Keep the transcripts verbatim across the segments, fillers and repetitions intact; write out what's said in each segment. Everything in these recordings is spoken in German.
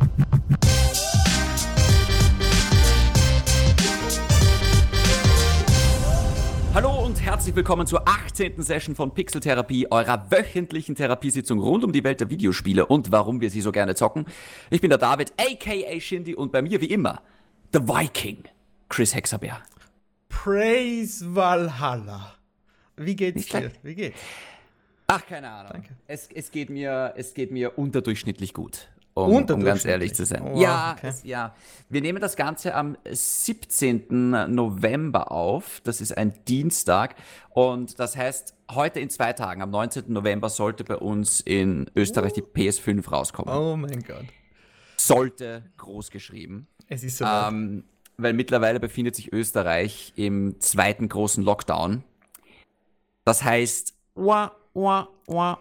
Hallo und herzlich willkommen zur achtzehnten Session von Pixeltherapie, eurer wöchentlichen Therapiesitzung rund um die Welt der Videospiele und warum wir sie so gerne zocken. Ich bin der David, aka Shindy, und bei mir wie immer The Viking, Chris Hexabeer. Praise Valhalla. Wie geht's dir? Wie geht's? Ach, keine Ahnung. Danke. Es, es, geht mir, es geht mir unterdurchschnittlich gut. Um, unterdurchschnittlich? um ganz ehrlich zu sein. Oh, ja, okay. es, ja, wir nehmen das Ganze am siebzehnten November auf. Das ist ein Dienstag. Und das heißt, heute in zwei Tagen, am neunzehnten November, sollte bei uns in Österreich die P S fünf rauskommen. Oh mein Gott. Sollte groß geschrieben. Es ist so. Ähm, weil mittlerweile befindet sich Österreich im zweiten großen Lockdown. Das heißt, wah, wah, wah,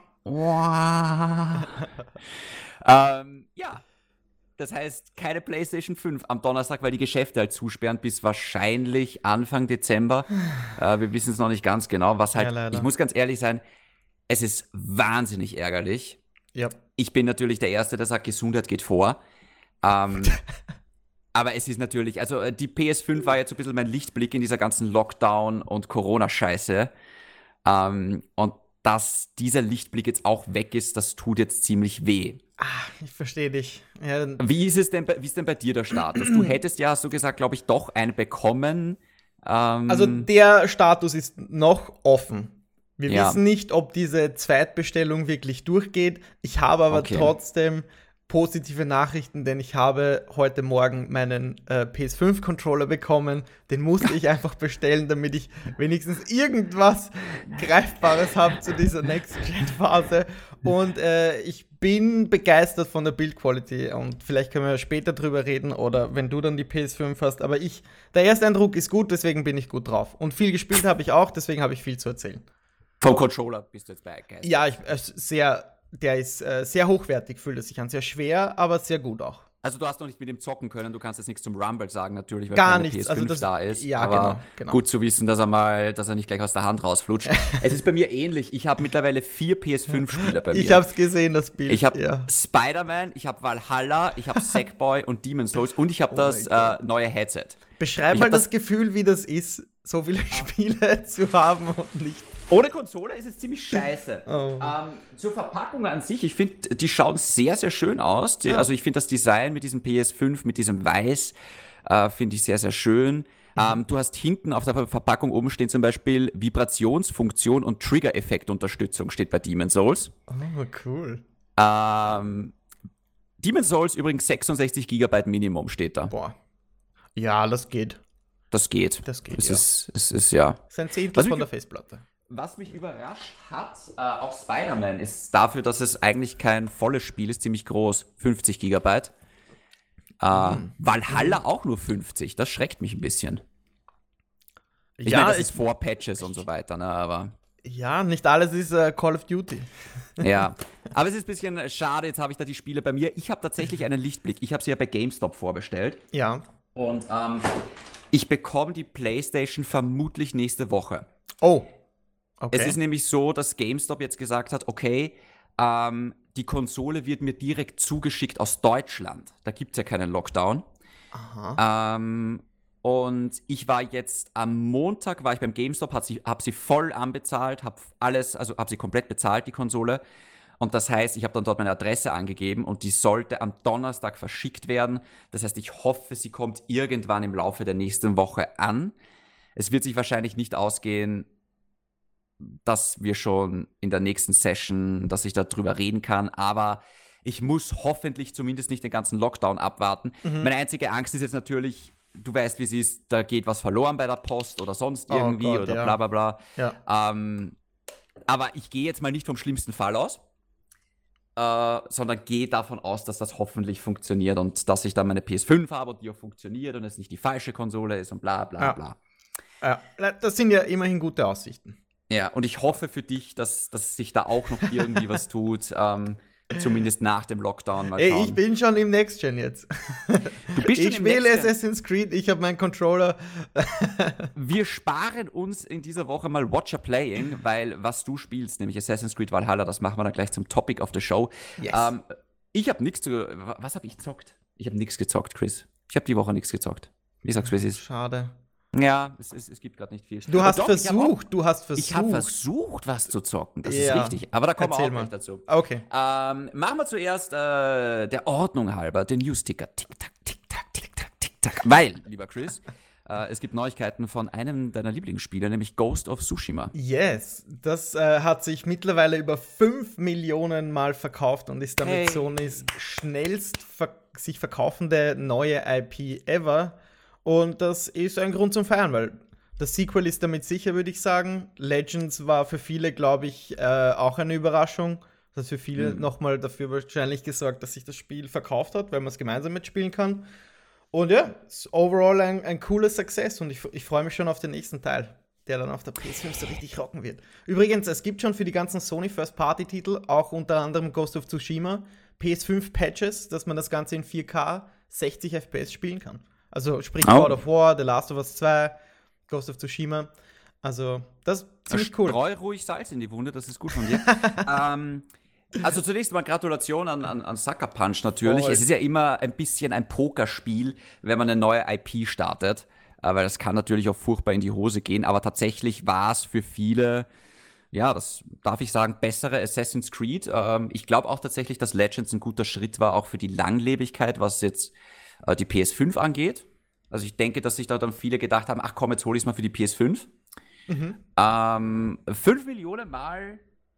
wah. ähm, ja, das heißt, keine PlayStation fünf am Donnerstag, weil die Geschäfte halt zusperren bis wahrscheinlich Anfang Dezember. äh, wir wissen es noch nicht ganz genau, was halt, Ja, ich muss ganz ehrlich sein, es ist wahnsinnig ärgerlich. Ja. Ich bin natürlich der Erste, der sagt, Gesundheit geht vor. Ähm, aber es ist natürlich, also die P S fünf war jetzt so ein bisschen mein Lichtblick in dieser ganzen Lockdown- und Corona-Scheiße. Ähm, und dass dieser Lichtblick jetzt auch weg ist, das tut jetzt ziemlich weh. Ah, ich verstehe dich. Ja, wie ist es denn, bei, wie ist denn bei dir der Status? Du hättest ja, hast du gesagt, glaube ich, doch einen bekommen. Ähm, also der Status ist noch offen. Wir ja. wissen nicht, ob diese Zweitbestellung wirklich durchgeht. Ich habe aber okay. trotzdem positive Nachrichten, denn ich habe heute Morgen meinen äh, P S fünf Controller bekommen. Den musste ich einfach bestellen, damit ich wenigstens irgendwas Greifbares habe zu dieser Next-Gen-Phase. Und äh, ich bin begeistert von der Build-Quality und vielleicht können wir später drüber reden oder wenn du dann die P S fünf hast. Aber ich, der erste Eindruck ist gut, deswegen bin ich gut drauf. Und viel gespielt habe ich auch, deswegen habe ich viel zu erzählen. Vom Controller bist du jetzt begeistert? Ja, ich, äh, sehr... Der ist äh, sehr hochwertig, fühlt es sich an. Sehr schwer, aber sehr gut auch. Also du hast noch nicht mit ihm zocken können, du kannst jetzt nichts zum Rumble sagen natürlich, weil Gar keine nichts. P S fünf also das, da ist. Ja, aber genau, genau. gut zu wissen, dass er mal, dass er nicht gleich aus der Hand rausflutscht. Es ist bei mir ähnlich. Ich habe mittlerweile vier P S fünf Spieler bei mir. Ich habe es gesehen, das Bild. Ich habe ja. Spider-Man, ich habe Valhalla, ich habe Sackboy und Demon's Souls und ich habe Oh das äh, neue Headset. Beschreib ich mal das, das Gefühl, wie das ist, so viele Spiele zu haben und nicht. Ohne Konsole ist es ziemlich scheiße. Oh. Ähm, zur Verpackung an sich, ich finde, die schauen sehr, sehr schön aus. Die, Ja. Also ich finde das Design mit diesem P S fünf, mit diesem Weiß, äh, finde ich sehr, sehr schön. Mhm. Ähm, du hast hinten auf der Verpackung oben stehen zum Beispiel Vibrationsfunktion und Trigger-Effekt-Unterstützung steht bei Demon's Souls. Oh, cool. Ähm, Demon's Souls übrigens sechsundsechzig Gigabyte Minimum steht da. Boah. Ja, das geht. Das geht. Das geht, es ja. Ist, es ist, ja. Das ist ein Zehntel Was von mich- der Festplatte. Was mich überrascht hat, äh, auch Spider-Man, ist dafür, dass es eigentlich kein volles Spiel ist, ziemlich groß, fünfzig Gigabyte. Äh, Mhm. Valhalla auch nur fünfzig, das schreckt mich ein bisschen. Ich ja, meine, das ich, ist vor Patches und so weiter, ne, aber ja, nicht alles ist äh, Call of Duty. ja. Aber es ist ein bisschen schade, jetzt habe ich da die Spiele bei mir. Ich habe tatsächlich einen Lichtblick, ich habe sie ja bei GameStop vorbestellt Ja. und ähm, ich bekomme die PlayStation vermutlich nächste Woche. Oh. Okay. Es ist nämlich so, dass GameStop jetzt gesagt hat, okay, ähm, die Konsole wird mir direkt zugeschickt aus Deutschland. Da gibt es ja keinen Lockdown. Aha. Ähm, und ich war jetzt am Montag, war ich beim GameStop, habe sie, hab sie voll anbezahlt, habe alles, also habe sie komplett bezahlt, die Konsole. Und das heißt, ich habe dann dort meine Adresse angegeben und die sollte am Donnerstag verschickt werden. Das heißt, ich hoffe, sie kommt irgendwann im Laufe der nächsten Woche an. Es wird sich wahrscheinlich nicht ausgehen, dass wir schon in der nächsten Session, dass ich darüber reden kann, aber ich muss hoffentlich zumindest nicht den ganzen Lockdown abwarten. Mhm. Meine einzige Angst ist jetzt natürlich, du weißt, wie es ist, da geht was verloren bei der Post oder sonst Oh irgendwie Gott, oder ja. bla bla bla. Ja. Ähm, aber ich gehe jetzt mal nicht vom schlimmsten Fall aus, äh, sondern gehe davon aus, dass das hoffentlich funktioniert und dass ich dann meine P S fünf habe und die auch funktioniert und es nicht die falsche Konsole ist und bla bla Ja. bla. Ja, das sind ja immerhin gute Aussichten. Ja, und ich hoffe für dich, dass, dass sich da auch noch irgendwie was tut, ähm, zumindest nach dem Lockdown. Mal Ey, schauen. ich bin schon im Next Gen jetzt. Du bist schon ich im spiele Next Gen. Assassin's Creed, ich habe meinen Controller. Wir sparen uns in dieser Woche mal Watcher Playing, weil was du spielst, nämlich Assassin's Creed Valhalla, das machen wir dann gleich zum Topic of the Show. Yes. Ähm, Ich habe nichts zu. Was habe ich gezockt? Ich habe nichts gezockt, Chris. Ich habe die Woche nichts gezockt. Ich sag's, wie es ist. Schade. Ja, es, es, es gibt gerade nicht viel. Du hast Doch, versucht, ich du hast versucht. Ich habe versucht, was zu zocken. Das Ja. ist richtig. Aber da kommen wir Erzähl auch mal. gleich dazu. Okay. Ähm, machen wir zuerst äh, der Ordnung halber den News-Ticker. Tick-Tack, Tick-Tack, Tick-Tack, Tick-Tack. Weil, lieber Chris, äh, es gibt Neuigkeiten von einem deiner Lieblingsspiele, nämlich Ghost of Tsushima. Yes, das äh, hat sich mittlerweile über fünf Millionen Mal verkauft und ist damit Hey. Sonys schnellst ver sich verkaufende neue I P ever. Und das ist ein Grund zum Feiern, weil das Sequel ist damit sicher, würde ich sagen. Legends war für viele, glaube ich, äh, auch eine Überraschung. Das hat für viele Mhm. nochmal dafür wahrscheinlich gesorgt, dass sich das Spiel verkauft hat, weil man es gemeinsam mitspielen kann. Und ja, ist overall ein, ein cooler Success und ich, ich freue mich schon auf den nächsten Teil, der dann auf der P S fünf so richtig rocken wird. Übrigens, es gibt schon für die ganzen Sony First-Party-Titel, auch unter anderem Ghost of Tsushima, P S fünf Patches, dass man das Ganze in vier K sechzig F P S spielen kann. Also sprich Oh. God of War, The Last of Us zwei, Ghost of Tsushima. Also das ist ziemlich cool. Streu ruhig Salz in die Wunde, das ist gut von dir. ähm, also zunächst mal Gratulation an, an, an Sucker Punch natürlich. Voll. Es ist ja immer ein bisschen ein Pokerspiel, wenn man eine neue I P startet, äh, weil das kann natürlich auch furchtbar in die Hose gehen, aber tatsächlich war es für viele, ja, das darf ich sagen, bessere Assassin's Creed. Ähm, ich glaube auch tatsächlich, dass Legends ein guter Schritt war, auch für die Langlebigkeit, was jetzt äh, die P S fünf angeht. Also ich denke, dass sich da dann viele gedacht haben, ach komm, jetzt hol ich es mal für die P S fünf. Mhm. Ähm, fünf Millionen Mal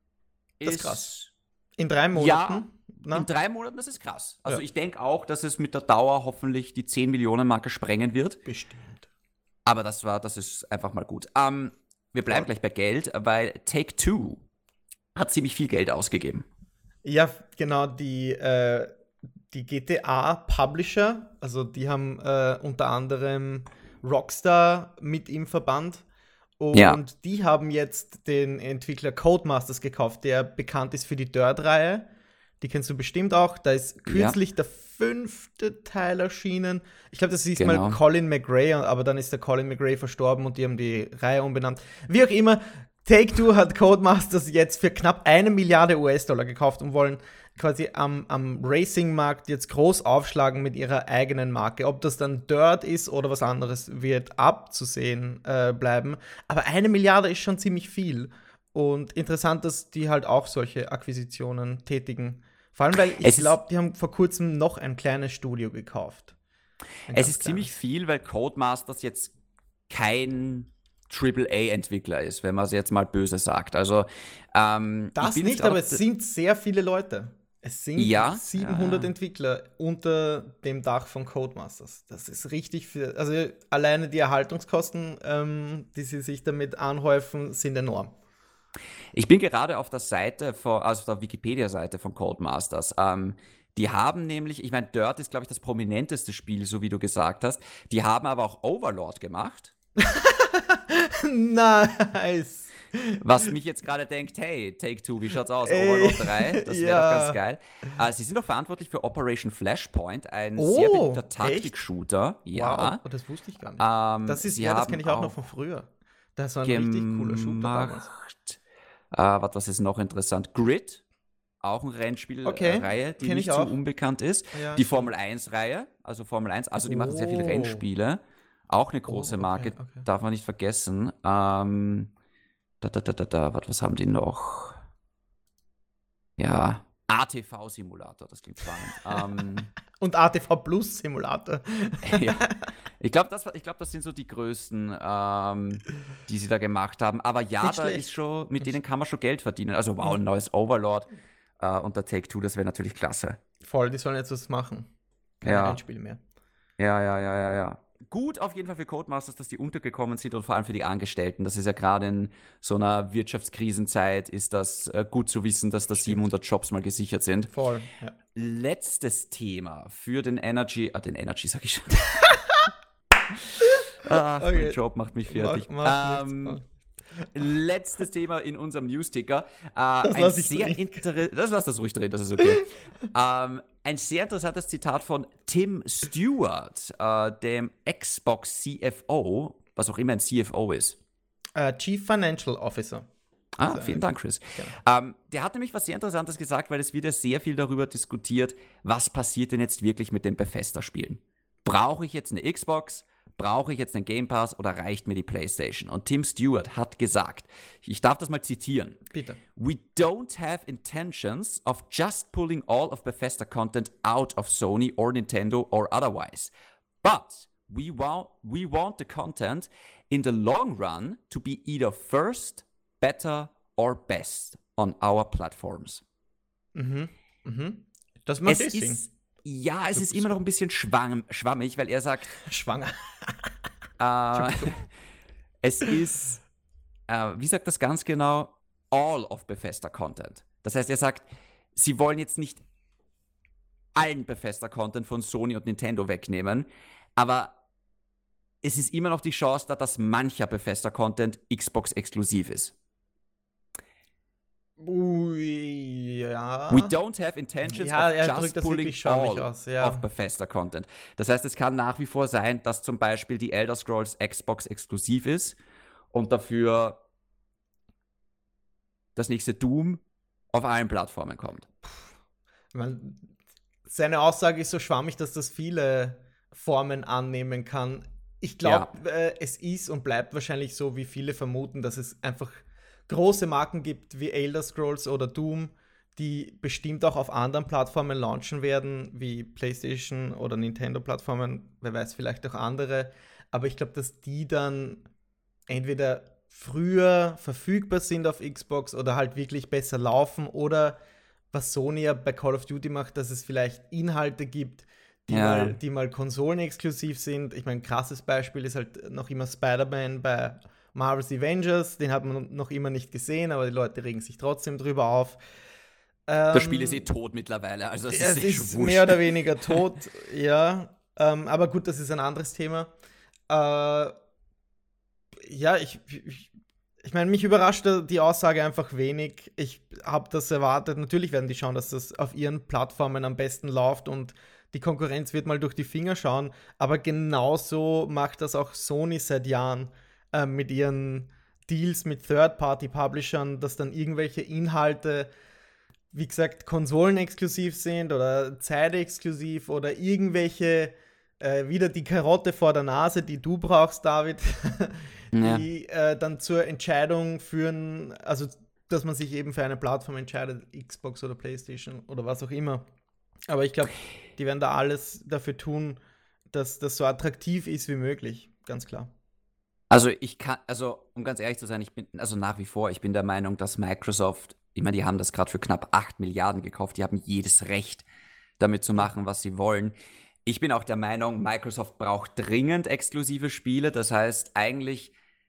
Das ist ist krass. In drei Ja, Monaten? Na? in drei Monaten, das ist krass. Also Ja. ich denke auch, dass es mit der Dauer hoffentlich die zehn Millionen Marke sprengen wird. Bestimmt. Aber das war, das ist einfach mal gut. Ähm, wir bleiben Ja. gleich bei Geld, weil Take-Two hat ziemlich viel Geld ausgegeben. Ja, genau, die, äh, die G T A-Publisher, also die haben äh, unter anderem Rockstar mit im Verband. Und Ja. die haben jetzt den Entwickler Codemasters gekauft, der bekannt ist für die Dirt-Reihe. Die kennst du bestimmt auch. Da ist kürzlich der fünfte Teil erschienen. Ich glaube, das ist Genau. mal Colin McRae, aber dann ist der Colin McRae verstorben und die haben die Reihe umbenannt. Wie auch immer, Take-Two hat Codemasters jetzt für knapp eine Milliarde U S-Dollar gekauft und wollen quasi am, am Racing-Markt jetzt groß aufschlagen mit ihrer eigenen Marke. Ob das dann Dirt ist oder was anderes, wird abzusehen äh, bleiben. Aber eine Milliarde ist schon ziemlich viel. Und interessant, dass die halt auch solche Akquisitionen tätigen. Vor allem, weil ich Es ist- glaube, die haben vor kurzem noch ein kleines Studio gekauft. Ein Es ganz ist ziemlich kleines. viel, weil Codemasters jetzt kein Triple A-Entwickler ist, wenn man es jetzt mal böse sagt. Also, ähm, ich Das bin jetzt nicht, grad aber auf es der- sind sehr viele Leute. Es sind Ja, siebenhundert ja. Entwickler unter dem Dach von Codemasters. Das ist richtig viel. Also alleine die Erhaltungskosten, ähm, die sie sich damit anhäufen, sind enorm. Ich bin gerade auf der Seite, von, also auf der Wikipedia-Seite von Codemasters. Ähm, die haben nämlich, ich meine, Dirt ist, glaube ich, das prominenteste Spiel, so wie du gesagt hast. Die haben aber auch Overlord gemacht, Nice. was mich jetzt gerade denkt, hey, Take-Two, wie schaut's aus? Ey, Overlord drei, das wäre ja. doch ganz geil. Äh, sie sind auch verantwortlich für Operation Flashpoint, ein Oh, sehr beliebter echt? Taktik-Shooter. Ja. Wow, oh, das wusste ich gar nicht. Ähm, Das ist, sie ja, das haben kenne ich auch noch von früher. Das war ein richtig cooler Shooter damals. gemacht. Äh, was, was ist noch interessant? Grid, auch eine Rennspielreihe, Okay, Reihe, die kenn nicht ich so auch. unbekannt ist. Ja, Die stimmt. Formel eins Reihe, also Formel eins, also die machen sehr viele Oh. Rennspiele. Auch eine große okay, Marke, okay. darf man nicht vergessen. Ähm, da, da, da, da, da, was, was haben die noch? Ja, A T V-Simulator, das klingt spannend. ähm, Und A T V Plus Simulator. ja. Ich glaube, das, war- ich glaub, das sind so die größten, ähm, die sie da gemacht haben. Aber ja, Nicht da schlecht. ist schon, mit denen kann man schon Geld verdienen. Also wow, ein neues Overlord äh, und der Take-Two, das wäre natürlich klasse. Voll, die sollen jetzt was machen. Kein Ja. Rennspiel mehr. Ja, ja, ja, ja, ja. Gut auf jeden Fall für Codemasters, dass die untergekommen sind und vor allem für die Angestellten. Das ist ja gerade in so einer Wirtschaftskrisenzeit, ist das äh, gut zu wissen, dass da siebenhundert Jobs mal gesichert sind. Voll, ja. Letztes Thema für den Energy, ah, den Energy sag ich schon. ah, Okay. mein Job macht mich fertig. Mach- mach ähm, nichts. letztes Thema in unserem Newsticker. Äh, ein lass ich sehr drin. inter- das lass das ruhig drin, das ist okay. ähm, ein sehr interessantes Zitat von Tim Stewart, äh, dem Xbox C F O, was auch immer ein C F O ist. Äh, Chief Financial Officer. Ah, vielen Dank, Chris. Genau. Ähm, der hat nämlich was sehr Interessantes gesagt, weil es wird ja sehr viel darüber diskutiert, was passiert denn jetzt wirklich mit den Bethesda-Spielen? Brauche ich jetzt eine Xbox? Brauche ich jetzt einen Game Pass oder reicht mir die PlayStation? Und Tim Stewart hat gesagt, ich darf das mal zitieren. Bitte. We don't have intentions of just pulling all of Bethesda content out of Sony or Nintendo or otherwise. But we want, we want the content in the long run to be either first, better or best on our platforms. Mhm. Mhm. Das macht es ist, Ja, es ist immer noch ein bisschen schwamm, schwammig, weil er sagt... Schwanger. äh, es ist, äh, wie sagt das ganz genau? All of Bethesda Content. Das heißt, er sagt, sie wollen jetzt nicht allen Bethesda Content von Sony und Nintendo wegnehmen, aber es ist immer noch die Chance da, dass mancher Bethesda Content Xbox exklusiv ist. Ui, ja. We don't have intentions ja, of just pulling all aus, ja. of Bethesda Content. Das heißt, es kann nach wie vor sein, dass zum Beispiel die Elder Scrolls Xbox exklusiv ist und dafür das nächste Doom auf allen Plattformen kommt. Man, seine Aussage ist so schwammig, dass das viele Formen annehmen kann. Ich glaube, ja. äh, es ist und bleibt wahrscheinlich so, wie viele vermuten, dass es einfach große Marken gibt wie Elder Scrolls oder Doom, die bestimmt auch auf anderen Plattformen launchen werden, wie PlayStation oder Nintendo-Plattformen, wer weiß, vielleicht auch andere. Aber ich glaube, dass die dann entweder früher verfügbar sind auf Xbox oder halt wirklich besser laufen oder was Sony ja bei Call of Duty macht, dass es vielleicht Inhalte gibt, die, ja. mal, die mal konsolenexklusiv sind. Ich meine, ein krasses Beispiel ist halt noch immer Spider-Man bei Marvel's Avengers, den hat man noch immer nicht gesehen, aber die Leute regen sich trotzdem drüber auf. Ähm, das Spiel ist eh tot mittlerweile, also es, es ist, eh ist schon mehr oder weniger tot, ja. Ähm, aber gut, das ist ein anderes Thema. Äh, ja, ich, ich, ich meine, mich überrascht die Aussage einfach wenig. Ich habe das erwartet. Natürlich werden die schauen, dass das auf ihren Plattformen am besten läuft und die Konkurrenz wird mal durch die Finger schauen. Aber genauso macht das auch Sony seit Jahren äh, mit ihren Deals mit Third-Party-Publishern, dass dann irgendwelche Inhalte, wie gesagt, konsolenexklusiv sind oder zeitexklusiv oder irgendwelche, äh, wieder die Karotte vor der Nase, die du brauchst, David, die ja. äh, dann zur Entscheidung führen, also dass man sich eben für eine Plattform entscheidet, Xbox oder PlayStation oder was auch immer. Aber ich glaube, die werden da alles dafür tun, dass das so attraktiv ist wie möglich, ganz klar. Also ich kann, also um ganz ehrlich zu sein, ich bin, also nach wie vor, ich bin der Meinung, dass Microsoft, ich meine, die haben das gerade für knapp acht Milliarden gekauft, die haben jedes Recht, damit zu machen, was sie wollen. Ich bin auch der Meinung, Microsoft braucht dringend exklusive Spiele, das heißt eigentlich,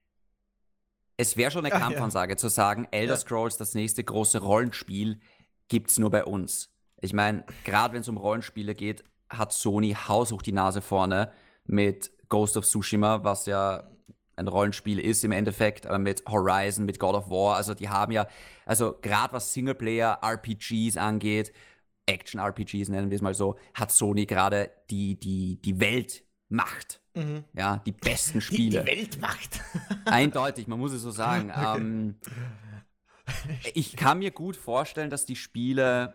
es wäre schon eine Ach, Kampfansage ja. zu sagen, Elder Ja. Scrolls, das nächste große Rollenspiel, gibt's nur bei uns. Ich meine, gerade wenn es um Rollenspiele geht, hat Sony haushoch die Nase vorne mit Ghost of Tsushima, was ja ein Rollenspiel ist im Endeffekt, aber mit Horizon, mit God of War, also die haben ja, also gerade was Singleplayer-R P Gs angeht, Action-R P Gs nennen wir es mal so, hat Sony gerade die, die, die Weltmacht. Mhm. Ja, die besten Spiele. Die, die Weltmacht. Eindeutig, man muss es so sagen. Okay. Ähm, ich kann mir gut vorstellen, dass die Spiele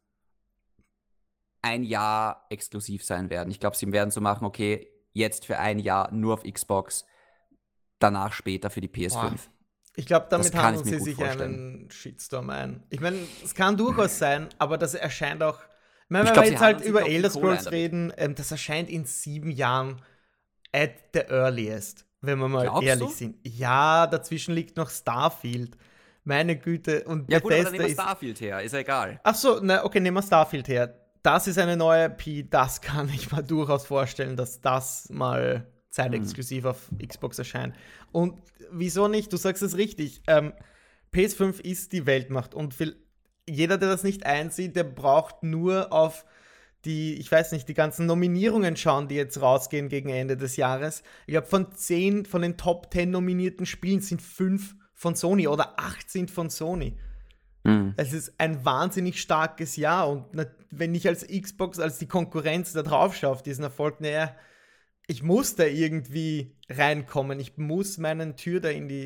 ein Jahr exklusiv sein werden. Ich glaube, sie werden so machen, okay, jetzt für ein Jahr nur auf Xbox, danach später für die P S fünf. Boah. Ich glaube, damit kann handeln ich mir sie gut sich vorstellen. einen Shitstorm ein. Ich meine, es kann durchaus sein, aber das erscheint auch. Ich meine, Ich wenn glaub, wir sie jetzt halt handeln sich über auch viel Elder Kohle Scrolls ein damit. reden, ähm, das erscheint in sieben Jahren at the earliest, wenn wir mal Glaubst ehrlich du? sind. Ja, dazwischen liegt noch Starfield. Meine Güte. Und Ja gut, aber Bethesda dann nehmen wir ist. Starfield her, ist ja egal. Ach so, na, okay, nehmen wir Starfield her. Das ist eine neue I P, das kann ich mir durchaus vorstellen, dass das mal zeitexklusiv auf Xbox erscheint. Und wieso nicht? Du sagst es richtig. Ähm, P S fünf ist die Weltmacht und will, jeder, der das nicht einsieht, der braucht nur auf die, ich weiß nicht, die ganzen Nominierungen schauen, die jetzt rausgehen gegen Ende des Jahres. Ich glaube, von zehn, von den Top zehn nominierten Spielen sind fünf von Sony oder acht sind von Sony. Mhm. Es ist ein wahnsinnig starkes Jahr und na, wenn ich als Xbox, als die Konkurrenz da drauf schaue auf diesen Erfolg, naja, ich muss da irgendwie reinkommen. Ich muss meinen Tür da in die,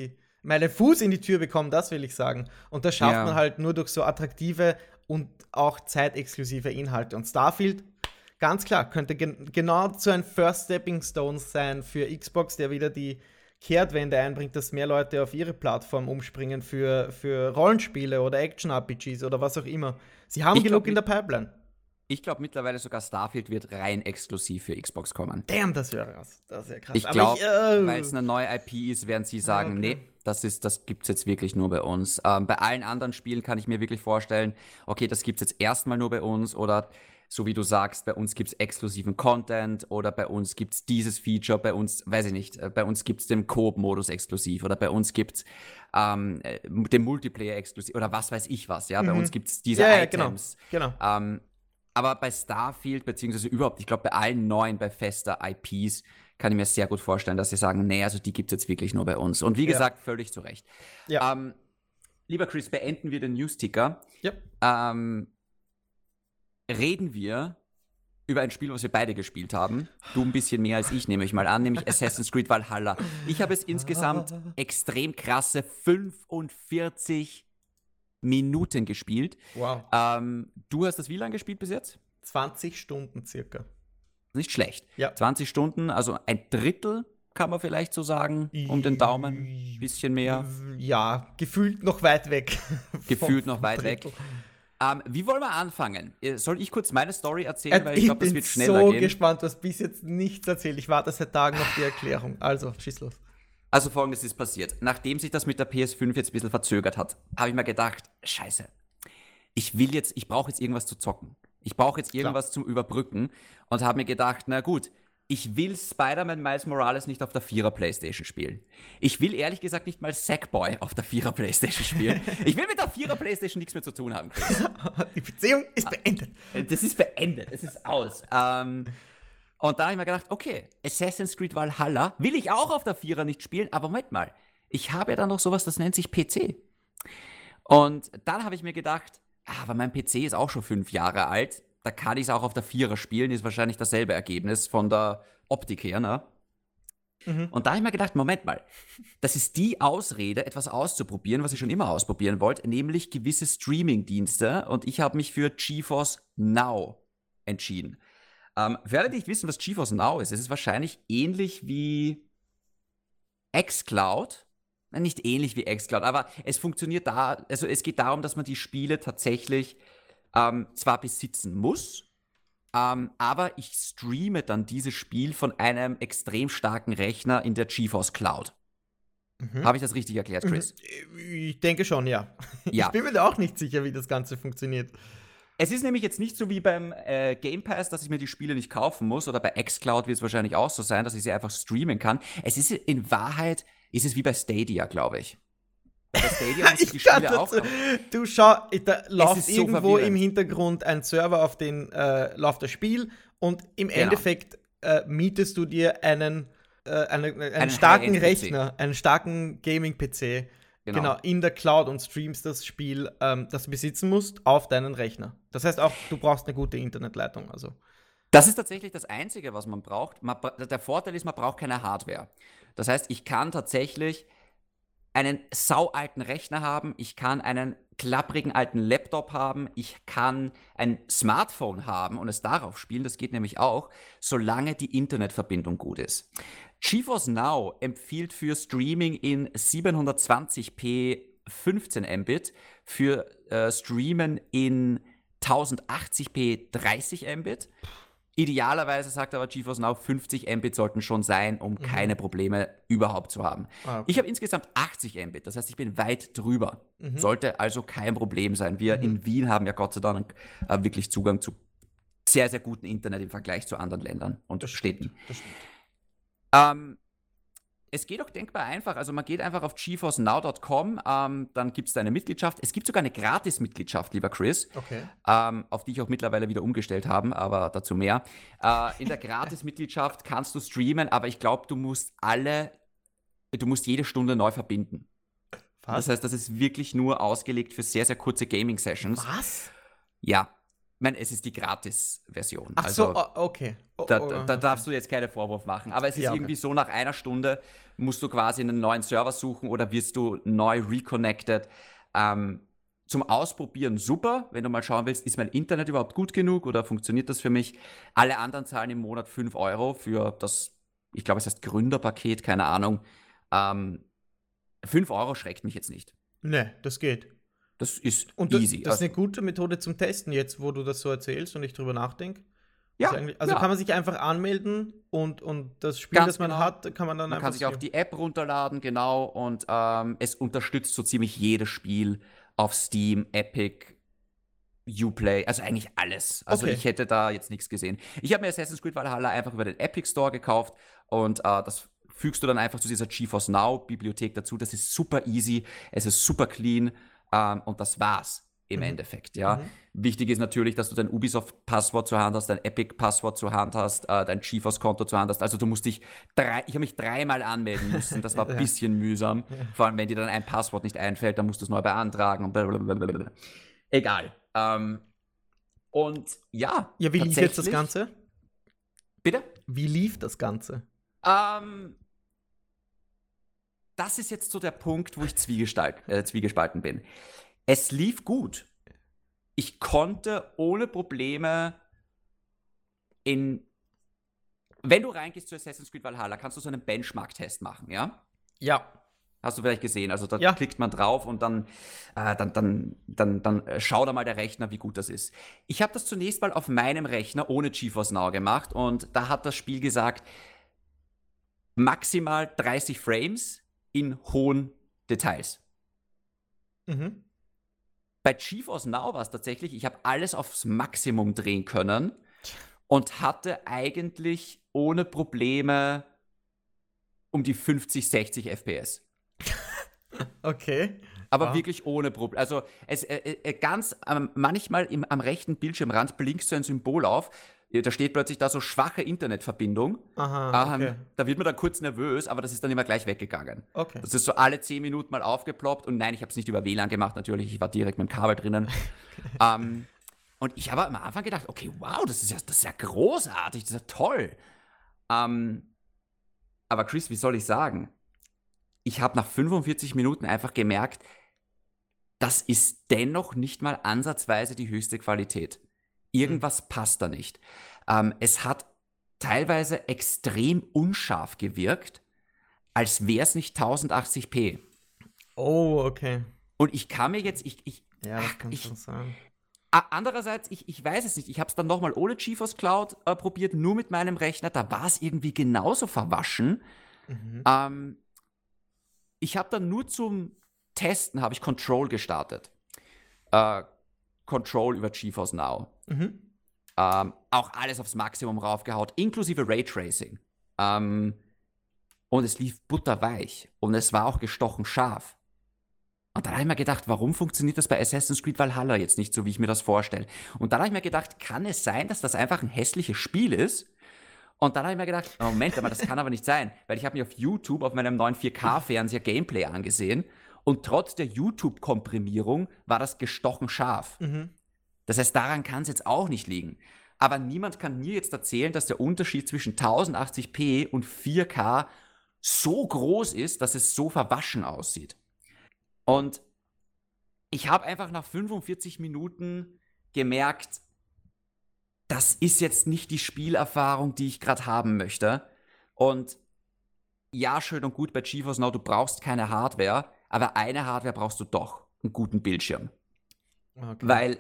meinen Fuß in die Tür bekommen, das will ich sagen. Und das schafft Ja. man halt nur durch so attraktive und auch zeitexklusive Inhalte. Und Starfield, ganz klar, könnte gen- genau so ein First Stepping Stone sein für Xbox, der wieder die Kehrtwende einbringt, dass mehr Leute auf ihre Plattform umspringen für, für Rollenspiele oder Action-R P Gs oder was auch immer. Sie haben Ich genug glaub, in der Pipeline. Ich glaube mittlerweile sogar Starfield wird rein exklusiv für Xbox kommen. Damn, das wäre krass. Das wäre krass. Ich Aber glaube, äh, weil es eine neue I P ist, werden sie sagen, okay. nee, das ist, das gibt's jetzt wirklich nur bei uns. Ähm, bei allen anderen Spielen kann ich mir wirklich vorstellen, okay, das gibt's jetzt erstmal nur bei uns oder so wie du sagst, bei uns gibt's exklusiven Content oder bei uns gibt's dieses Feature, bei uns, weiß ich nicht, äh, bei uns gibt's den Coop-Modus exklusiv oder bei uns gibt's ähm, äh, den Multiplayer exklusiv oder was weiß ich was, ja, bei Mhm. uns gibt's diese Ja, ja, genau. Items. Genau. Ähm, aber bei Starfield, beziehungsweise überhaupt, ich glaube, bei allen neuen Bethesda I Ps kann ich mir sehr gut vorstellen, dass sie sagen, nee, also die gibt es jetzt wirklich nur bei uns. Und wie Ja. gesagt, völlig zu Recht. Ja. Ähm, lieber Chris, beenden wir den News-Ticker. Ja. Ähm, reden wir über ein Spiel, was wir beide gespielt haben. Du ein bisschen mehr als ich, nehme ich mal an, nämlich Assassin's Creed Valhalla. Ich habe es insgesamt extrem krasse fünfundvierzig Minuten gespielt. Wow. Ähm, du hast das wie lange gespielt bis jetzt? zwanzig Stunden circa. Nicht schlecht. Ja. zwanzig Stunden, also ein Drittel, kann man vielleicht so sagen, um den Daumen. Ein bisschen mehr. Ja, gefühlt noch weit weg. Gefühlt Vom- noch vom weit Drittel. weg. Ähm, wie wollen wir anfangen? Äh, Soll ich kurz meine Story erzählen? Äh, Weil ich ich glaube, das bin wird schneller so gehen. gespannt, du hast bis jetzt nichts erzählt. Ich warte seit Tagen auf die Erklärung. Also, schieß los. Also folgendes ist passiert. Nachdem sich das mit der P S fünf jetzt ein bisschen verzögert hat, habe ich mir gedacht, scheiße, ich will jetzt, ich brauche jetzt irgendwas zu zocken. Ich brauche jetzt irgendwas zum Überbrücken und habe mir gedacht, na gut, ich will Spider-Man Miles Morales nicht auf der Vierer Playstation spielen. Ich will ehrlich gesagt nicht mal Sackboy auf der Vierer Playstation spielen. Ich will mit der Vierer Playstation nichts mehr zu tun haben, Chris. Die Beziehung ist beendet. Das ist beendet, es ist aus. Ähm, und da habe ich mir gedacht, okay, Assassin's Creed Valhalla will ich auch auf der Vierer nicht spielen, aber Moment mal, ich habe ja dann noch sowas, das nennt sich P C. Und dann habe ich mir gedacht, ah, aber mein P C ist auch schon fünf Jahre alt, da kann ich es auch auf der Vierer spielen, ist wahrscheinlich dasselbe Ergebnis von der Optik her, ne? Mhm. Und da habe ich mir gedacht, Moment mal, das ist die Ausrede, etwas auszuprobieren, was ich schon immer ausprobieren wollte, nämlich gewisse Streaming-Dienste. Und ich habe mich für GeForce Now entschieden. Ähm, für alle, die nicht wissen, was GeForce Now ist, es ist wahrscheinlich ähnlich wie xCloud. Nein, nicht ähnlich wie xCloud, aber es funktioniert da, also es geht darum, dass man die Spiele tatsächlich ähm, zwar besitzen muss, ähm, aber ich streame dann dieses Spiel von einem extrem starken Rechner in der GeForce Cloud. Mhm. Habe ich das richtig erklärt, Chris? Ich denke schon, ja. Ja. Ich bin mir da auch nicht sicher, wie das Ganze funktioniert. Es ist nämlich jetzt nicht so wie beim äh, Game Pass, dass ich mir die Spiele nicht kaufen muss, oder bei xCloud wird es wahrscheinlich auch so sein, dass ich sie einfach streamen kann. Es ist in Wahrheit, ist es wie bei Stadia, glaube ich. Bei Stadia muss ich die Ich kann Spiele auch dazu, du schau, da läuft ist so irgendwo verwirrend. im Hintergrund ein Server, auf den äh, läuft das Spiel und im Genau. Endeffekt äh, mietest du dir einen, äh, einen, einen, Einen starken High-End-P C. Rechner, einen starken Gaming-P C, Genau. genau. in der Cloud und streamst das Spiel, ähm, das du besitzen musst, auf deinen Rechner. Das heißt auch, du brauchst eine gute Internetleitung. Also. Das ist tatsächlich das Einzige, was man braucht. Man, bra- der Vorteil ist, man braucht keine Hardware. Das heißt, ich kann tatsächlich einen saualten Rechner haben, ich kann einen klapprigen alten Laptop haben, ich kann ein Smartphone haben und es darauf spielen, das geht nämlich auch, solange die Internetverbindung gut ist. GeForce Now empfiehlt für Streaming in siebenhundertzwanzig p fünfzehn Mbit, für äh, Streamen in tausendachtzig p dreißig Mbit. Idealerweise sagt aber GeForce Now, fünfzig Mbit sollten schon sein, um keine Probleme überhaupt zu haben. Ah, okay. Ich habe insgesamt achtzig Mbit, das heißt, ich bin weit drüber. Mhm. Sollte also kein Problem sein. Wir in Wien haben ja Gott sei Dank äh, wirklich Zugang zu sehr, sehr gutem Internet im Vergleich zu anderen Ländern und Das Städten. Das stimmt. Ähm, es geht auch denkbar einfach. Also man geht einfach auf geforce now dot com, ähm, dann gibt es da eine Mitgliedschaft. Es gibt sogar eine Gratis-Mitgliedschaft, lieber Chris, Okay. ähm, auf die ich auch mittlerweile wieder umgestellt habe, aber dazu mehr. Äh, in der Gratis-Mitgliedschaft kannst du streamen, aber ich glaube, du musst alle, du musst jede Stunde neu verbinden. Das heißt, das ist wirklich nur ausgelegt für sehr, sehr kurze Gaming-Sessions. Was? Ja. meine, es ist die Gratis-Version. Ach also, so, o- okay. O- Da, o- da, da okay. darfst du jetzt keinen Vorwurf machen. Aber es ist Ja, okay. irgendwie so, nach einer Stunde musst du quasi einen neuen Server suchen oder wirst du neu reconnected. Ähm, zum Ausprobieren super, wenn du mal schauen willst, ist mein Internet überhaupt gut genug oder funktioniert das für mich? Alle anderen zahlen im Monat fünf Euro für das, ich glaube, es heißt Gründerpaket, keine Ahnung. Ähm, fünf Euro schreckt mich jetzt nicht. Ne, das geht. Das ist Und das, easy. das ist Also, eine gute Methode zum Testen, jetzt wo du das so erzählst und ich drüber nachdenke. ja, Ist eigentlich- Also ja. kann man sich einfach anmelden und, und das Spiel, Ganz das man genau. hat, kann man dann Man einfach kann sich auch streamen. die App runterladen, genau, und ähm, es unterstützt so ziemlich jedes Spiel auf Steam, Epic, Uplay, also eigentlich alles. Also Okay. ich hätte da jetzt nichts gesehen. Ich habe mir Assassin's Creed Valhalla einfach über den Epic Store gekauft und äh, das fügst du dann einfach zu dieser GeForce Now Bibliothek dazu. Das ist super easy, es ist super clean ähm, und das war's im Mhm. Endeffekt, ja. Mhm. Wichtig ist natürlich, dass du dein Ubisoft-Passwort zur Hand hast, dein Epic-Passwort zur Hand hast, äh, dein GeForce-Konto zur Hand hast. Also du musst dich drei, ich habe mich dreimal anmelden müssen. Das war ein Ja. bisschen mühsam. Vor allem, wenn dir dann ein Passwort nicht einfällt, dann musst du es neu beantragen und blablabla. Egal. Ähm, und ja, Ja, wie lief jetzt das tatsächlich- Ganze? Bitte? Wie lief das Ganze? Ähm, das ist jetzt so der Punkt, wo ich zwiegestalt, äh, zwiegespalten bin. Es lief gut. Ich konnte ohne Probleme in. Wenn du reingehst zu Assassin's Creed Valhalla, kannst du so einen Benchmark-Test machen, ja? Ja. Hast du vielleicht gesehen. Also da Ja. klickt man drauf und dann, äh, dann, dann, dann, dann äh, schaut einmal der Rechner, wie gut das ist. Ich habe das zunächst mal auf meinem Rechner ohne GeForce Now gemacht und da hat das Spiel gesagt, maximal dreißig Frames in hohen Details. Mhm. Bei GeForce Now war es tatsächlich, ich habe alles aufs Maximum drehen können und hatte eigentlich ohne Probleme um die fünfzig, sechzig F P S. Okay. Aber Wow. wirklich ohne Probleme. Also es, äh, äh, ganz ähm, manchmal im, am rechten Bildschirmrand blinkt so ein Symbol auf. Ja, da steht plötzlich da so schwache Internetverbindung. Aha, Ähm, okay. Da wird man dann kurz nervös, aber das ist dann immer gleich weggegangen. Okay. Das ist so alle zehn Minuten mal aufgeploppt und nein, ich habe es nicht über W L A N gemacht, natürlich, ich war direkt mit dem Kabel drinnen. ähm, und ich habe am Anfang gedacht, okay, wow, das ist ja, das ist ja großartig, das ist ja toll. Ähm, aber Chris, wie soll ich sagen? Ich habe nach fünfundvierzig Minuten einfach gemerkt, das ist dennoch nicht mal ansatzweise die höchste Qualität. Irgendwas passt da nicht. Ähm, es hat teilweise extrem unscharf gewirkt, als wäre es nicht tausendachtzig p. Oh, okay. Und ich kann mir jetzt, ich, ich, Ja, das ach, kann ich schon sein. a- andererseits, ich, ich weiß es nicht, ich habe es dann nochmal ohne GeForce Cloud äh, probiert, nur mit meinem Rechner, da war es irgendwie genauso verwaschen. Mhm. Ähm, ich habe dann nur zum Testen, habe ich Control gestartet. Äh, Control über GeForce Now. Mhm. Ähm, auch alles aufs Maximum raufgehaut, inklusive Raytracing. Ähm, und es lief butterweich. Und es war auch gestochen scharf. Und dann habe ich mir gedacht, warum funktioniert das bei Assassin's Creed Valhalla jetzt nicht so, wie ich mir das vorstelle? Und dann habe ich mir gedacht, kann es sein, dass das einfach ein hässliches Spiel ist? Und dann habe ich mir gedacht, Moment, aber das kann aber nicht sein, weil ich habe mir auf YouTube auf meinem neuen vier K-Fernseher Gameplay angesehen und trotz der YouTube-Komprimierung war das gestochen scharf. Mhm. Das heißt, daran kann es jetzt auch nicht liegen. Aber niemand kann mir jetzt erzählen, dass der Unterschied zwischen tausendachtzig p und vier K so groß ist, dass es so verwaschen aussieht. Und ich habe einfach nach fünfundvierzig Minuten gemerkt, das ist jetzt nicht die Spielerfahrung, die ich gerade haben möchte. Und ja, schön und gut bei GeForce Now, du brauchst keine Hardware, aber eine Hardware brauchst du doch, einen guten Bildschirm. Okay. Weil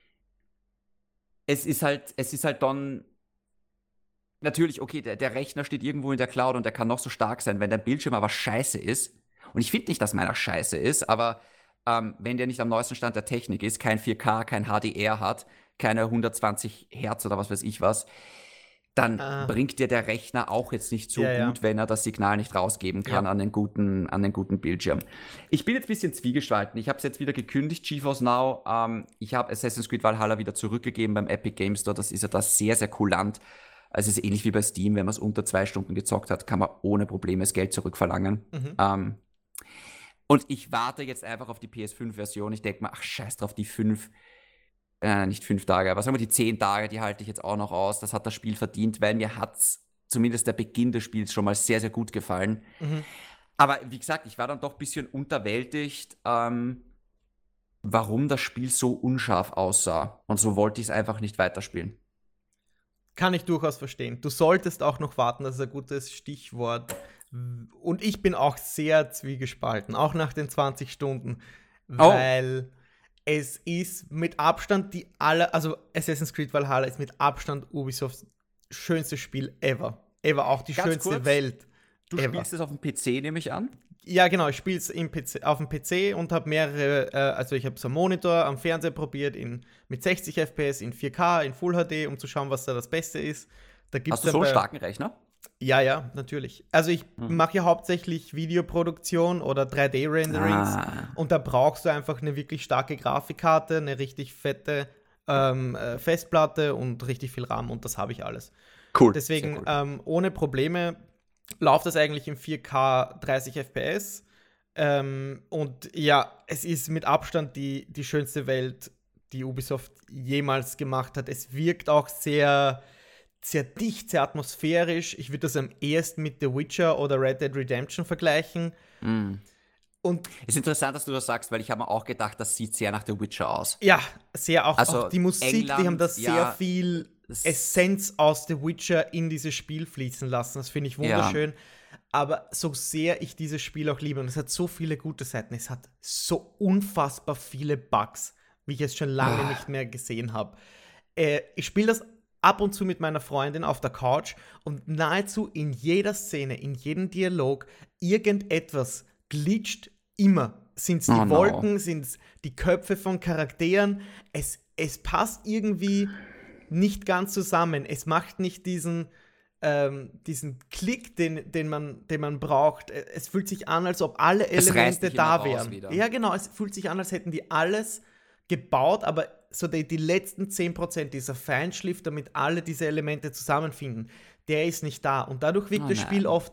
es ist halt, es ist halt dann natürlich, okay, der, der Rechner steht irgendwo in der Cloud und der kann noch so stark sein, wenn der Bildschirm aber scheiße ist. Und ich finde nicht, dass meiner scheiße ist, aber ähm, wenn der nicht am neuesten Stand der Technik ist, kein vier K, kein H D R hat, keine hundertzwanzig Hertz oder was weiß ich was, dann Ah. bringt dir der Rechner auch jetzt nicht so Ja, ja. gut, wenn er das Signal nicht rausgeben kann Ja. an, den guten, an den guten Bildschirm. Ich bin jetzt ein bisschen zwiegespalten. Ich habe es jetzt wieder gekündigt, GeForce Now. Ähm, ich habe Assassin's Creed Valhalla wieder zurückgegeben beim Epic Game Store. Das ist ja da sehr, sehr kulant. Also es ist ähnlich wie bei Steam, wenn man es unter zwei Stunden gezockt hat, kann man ohne Probleme das Geld zurückverlangen. Mhm. Ähm, und ich warte jetzt einfach auf die P S fünf Version. Ich denke mir, ach scheiß drauf, die fünf. äh, nicht fünf Tage, aber sagen wir die zehn Tage, die halte ich jetzt auch noch aus. Das hat das Spiel verdient, weil mir hat's zumindest der Beginn des Spiels schon mal sehr, sehr gut gefallen. Mhm. Aber wie gesagt, ich war dann doch ein bisschen unterwältigt, ähm, warum das Spiel so unscharf aussah. Und so wollte ich es einfach nicht weiterspielen. Kann ich durchaus verstehen. Du solltest auch noch warten, das ist ein gutes Stichwort. Und ich bin auch sehr zwiegespalten, auch nach den zwanzig Stunden, Oh. weil es ist mit Abstand die aller, also Assassin's Creed Valhalla ist mit Abstand Ubisofts schönstes Spiel ever. Ever, auch die Ganz schönste kurz, Welt. Du ever. spielst es auf dem P C, nehme ich an? Ja, genau, ich spiele es auf dem P C und habe mehrere, äh, also ich habe es am Monitor, am Fernseher probiert, in, mit sechzig F P S, in vier K, in Full H D, um zu schauen, was da das Beste ist. Da gibt's Hast du so einen starken Rechner? Ja, ja, natürlich. Also ich Mhm. mache ja hauptsächlich Videoproduktion oder drei D-Renderings Ah. und da brauchst du einfach eine wirklich starke Grafikkarte, eine richtig fette ähm, äh, Festplatte und richtig viel RAM und das habe ich alles. Cool. Deswegen Sehr cool. ähm, ohne Probleme läuft das eigentlich in vier K dreißig F P S. Ähm, und ja, es ist mit Abstand die, die schönste Welt, die Ubisoft jemals gemacht hat. Es wirkt auch sehr, sehr dicht, sehr atmosphärisch. Ich würde das am ehesten mit The Witcher oder Red Dead Redemption vergleichen. Mm. Und Ist interessant, dass du das sagst, weil ich habe mir auch gedacht, das sieht sehr nach The Witcher aus. ja, sehr auch, Also auch die Musik, England, die haben da sehr ja, viel das- Essenz aus The Witcher in dieses Spiel fließen lassen. Das finde ich wunderschön. Aber so sehr ich dieses Spiel auch liebe, und es hat so viele gute Seiten, es hat so unfassbar viele Bugs, wie ich es schon lange Ah. nicht mehr gesehen habe. Äh, ich spiele das ab und zu mit meiner Freundin auf der Couch und nahezu in jeder Szene, in jedem Dialog, irgendetwas glitscht immer. Sind es die Oh no. Wolken, sind es die Köpfe von Charakteren? Es, es passt irgendwie nicht ganz zusammen. Es macht nicht diesen, ähm, diesen Klick, den, den, man, den man braucht. Es fühlt sich an, als ob alle Es reißt Elemente dich immer da raus wären. wieder. Ja, genau. Es fühlt sich an, als hätten die alles gebaut, aber so die, die letzten zehn Prozent, dieser Feinschliff, damit alle diese Elemente zusammenfinden, der ist nicht da. Und dadurch wirkt Oh das nein. Spiel oft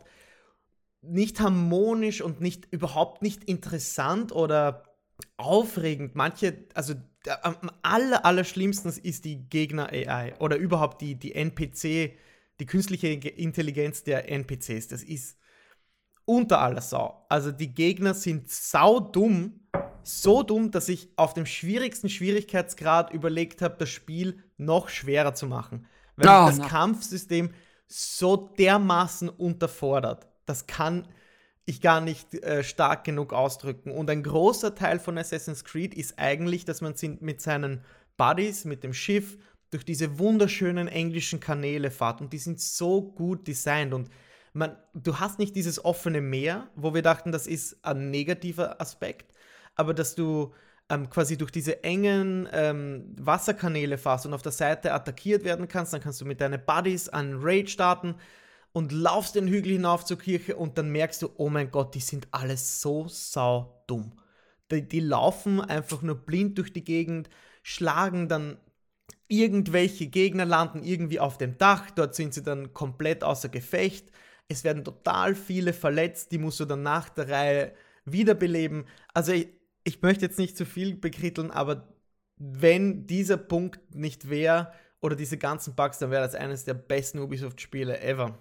nicht harmonisch und nicht, überhaupt nicht interessant oder aufregend. Manche, also der, am aller, aller schlimmsten ist die Gegner-A I oder überhaupt die, die N P C, die künstliche Intelligenz der N P Cs. Das ist unter aller Sau. Also die Gegner sind saudumm, so dumm, dass ich auf dem schwierigsten Schwierigkeitsgrad überlegt habe, das Spiel noch schwerer zu machen. Weil Oh, mich das na. Kampfsystem so dermaßen unterfordert. Das kann ich gar nicht äh, stark genug ausdrücken. Und ein großer Teil von Assassin's Creed ist eigentlich, dass man mit seinen Buddies, mit dem Schiff, durch diese wunderschönen englischen Kanäle fährt. Und die sind so gut designt. Und man, du hast nicht dieses offene Meer, wo wir dachten, das ist ein negativer Aspekt, aber dass du ähm, quasi durch diese engen ähm, Wasserkanäle fährst und auf der Seite attackiert werden kannst, dann kannst du mit deinen Buddies einen Raid starten und laufst den Hügel hinauf zur Kirche und dann merkst du, oh mein Gott, die sind alle so saudumm. Die, die laufen einfach nur blind durch die Gegend, schlagen dann irgendwelche Gegner, landen irgendwie auf dem Dach, dort sind sie dann komplett außer Gefecht. Es werden total viele verletzt, die musst du dann nach der Reihe wiederbeleben. Also ich, ich möchte jetzt nicht zu viel bekritteln, aber wenn dieser Punkt nicht wäre oder diese ganzen Bugs, dann wäre das eines der besten Ubisoft-Spiele ever.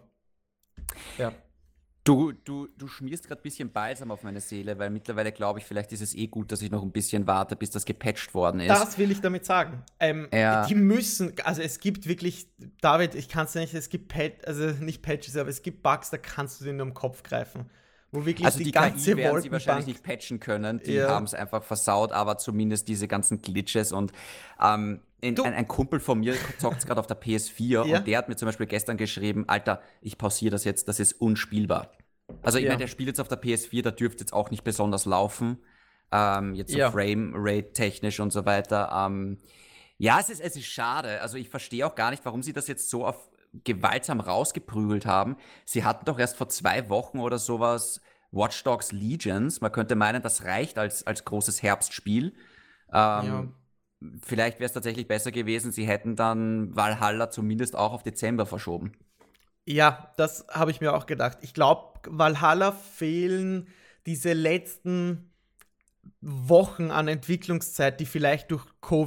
Ja. Du, du, du schmierst gerade ein bisschen Balsam auf meine Seele, weil mittlerweile glaube ich, vielleicht ist es eh gut, dass ich noch ein bisschen warte, bis das gepatcht worden ist. Das will ich damit sagen. Ähm, Ja. Die müssen, also es gibt wirklich, David, ich kann es nicht, es gibt Pat, also nicht Patches, aber es gibt Bugs, da kannst du den nur im Kopf greifen. Wo wirklich Also die, die, ganze K I werden sie wahrscheinlich Wolkenbank. nicht patchen können, die Ja. haben es einfach versaut, aber zumindest diese ganzen Glitches und ähm, ein, Du- ein, ein Kumpel von mir zockt es gerade auf der P S vier Ja. und der hat mir zum Beispiel gestern geschrieben, Alter, ich pausiere das jetzt, das ist unspielbar. Also ich Ja. meine, der spielt jetzt auf der P S vier, da dürfte jetzt auch nicht besonders laufen, ähm, jetzt so Ja. Frame-Rate technisch und so weiter. Ähm, ja, es ist, es ist schade, also ich verstehe auch gar nicht, warum sie das jetzt so auf gewaltsam rausgeprügelt haben. Sie hatten doch erst vor zwei Wochen oder sowas Watch Dogs Legions. Man könnte meinen, das reicht als, als großes Herbstspiel. Ähm, Vielleicht wäre es tatsächlich besser gewesen, sie hätten dann Valhalla zumindest auch auf Dezember verschoben. Ja, das habe ich mir auch gedacht. Ich glaube, Valhalla fehlen diese letzten Wochen an Entwicklungszeit, die vielleicht durch Covid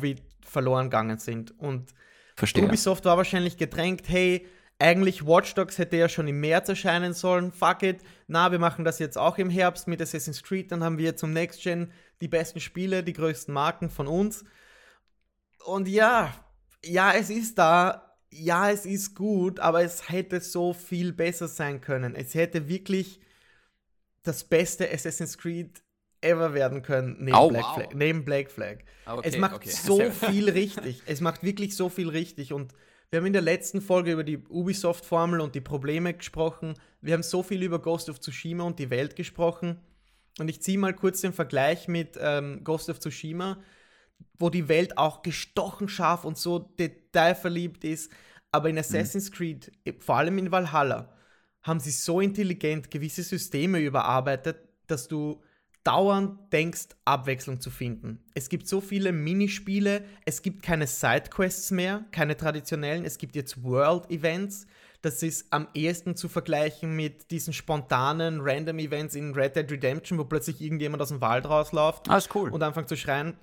verloren gegangen sind. Und Verstehe. Ubisoft war wahrscheinlich gedrängt, hey, eigentlich Watch Dogs hätte ja schon im März erscheinen sollen, fuck it, na, wir machen das jetzt auch im Herbst mit Assassin's Creed, dann haben wir zum Next Gen die besten Spiele, die größten Marken von uns. Und ja, ja, es ist da, ja, es ist gut, aber es hätte so viel besser sein können. Es hätte wirklich das beste Assassin's Creed ever werden können, neben, oh, Black, wow. Flag, neben Black Flag. Okay, es macht okay. so viel richtig. Es macht wirklich so viel richtig. Und wir haben in der letzten Folge über die Ubisoft-Formel und die Probleme gesprochen. Wir haben so viel über Ghost of Tsushima und die Welt gesprochen. Und ich ziehe mal kurz den Vergleich mit ähm, Ghost of Tsushima, wo die Welt auch gestochen scharf und so detailverliebt ist. Aber in Assassin's mhm. Creed, vor allem in Valhalla, haben sie so intelligent gewisse Systeme überarbeitet, dass du dauernd denkst, Abwechslung zu finden. Es gibt so viele Minispiele, es gibt keine Sidequests mehr, keine traditionellen, es gibt jetzt World-Events. Das ist am ehesten zu vergleichen mit diesen spontanen Random-Events in Red Dead Redemption, wo plötzlich irgendjemand aus dem Wald rausläuft ah, ist cool. und anfängt zu schreien.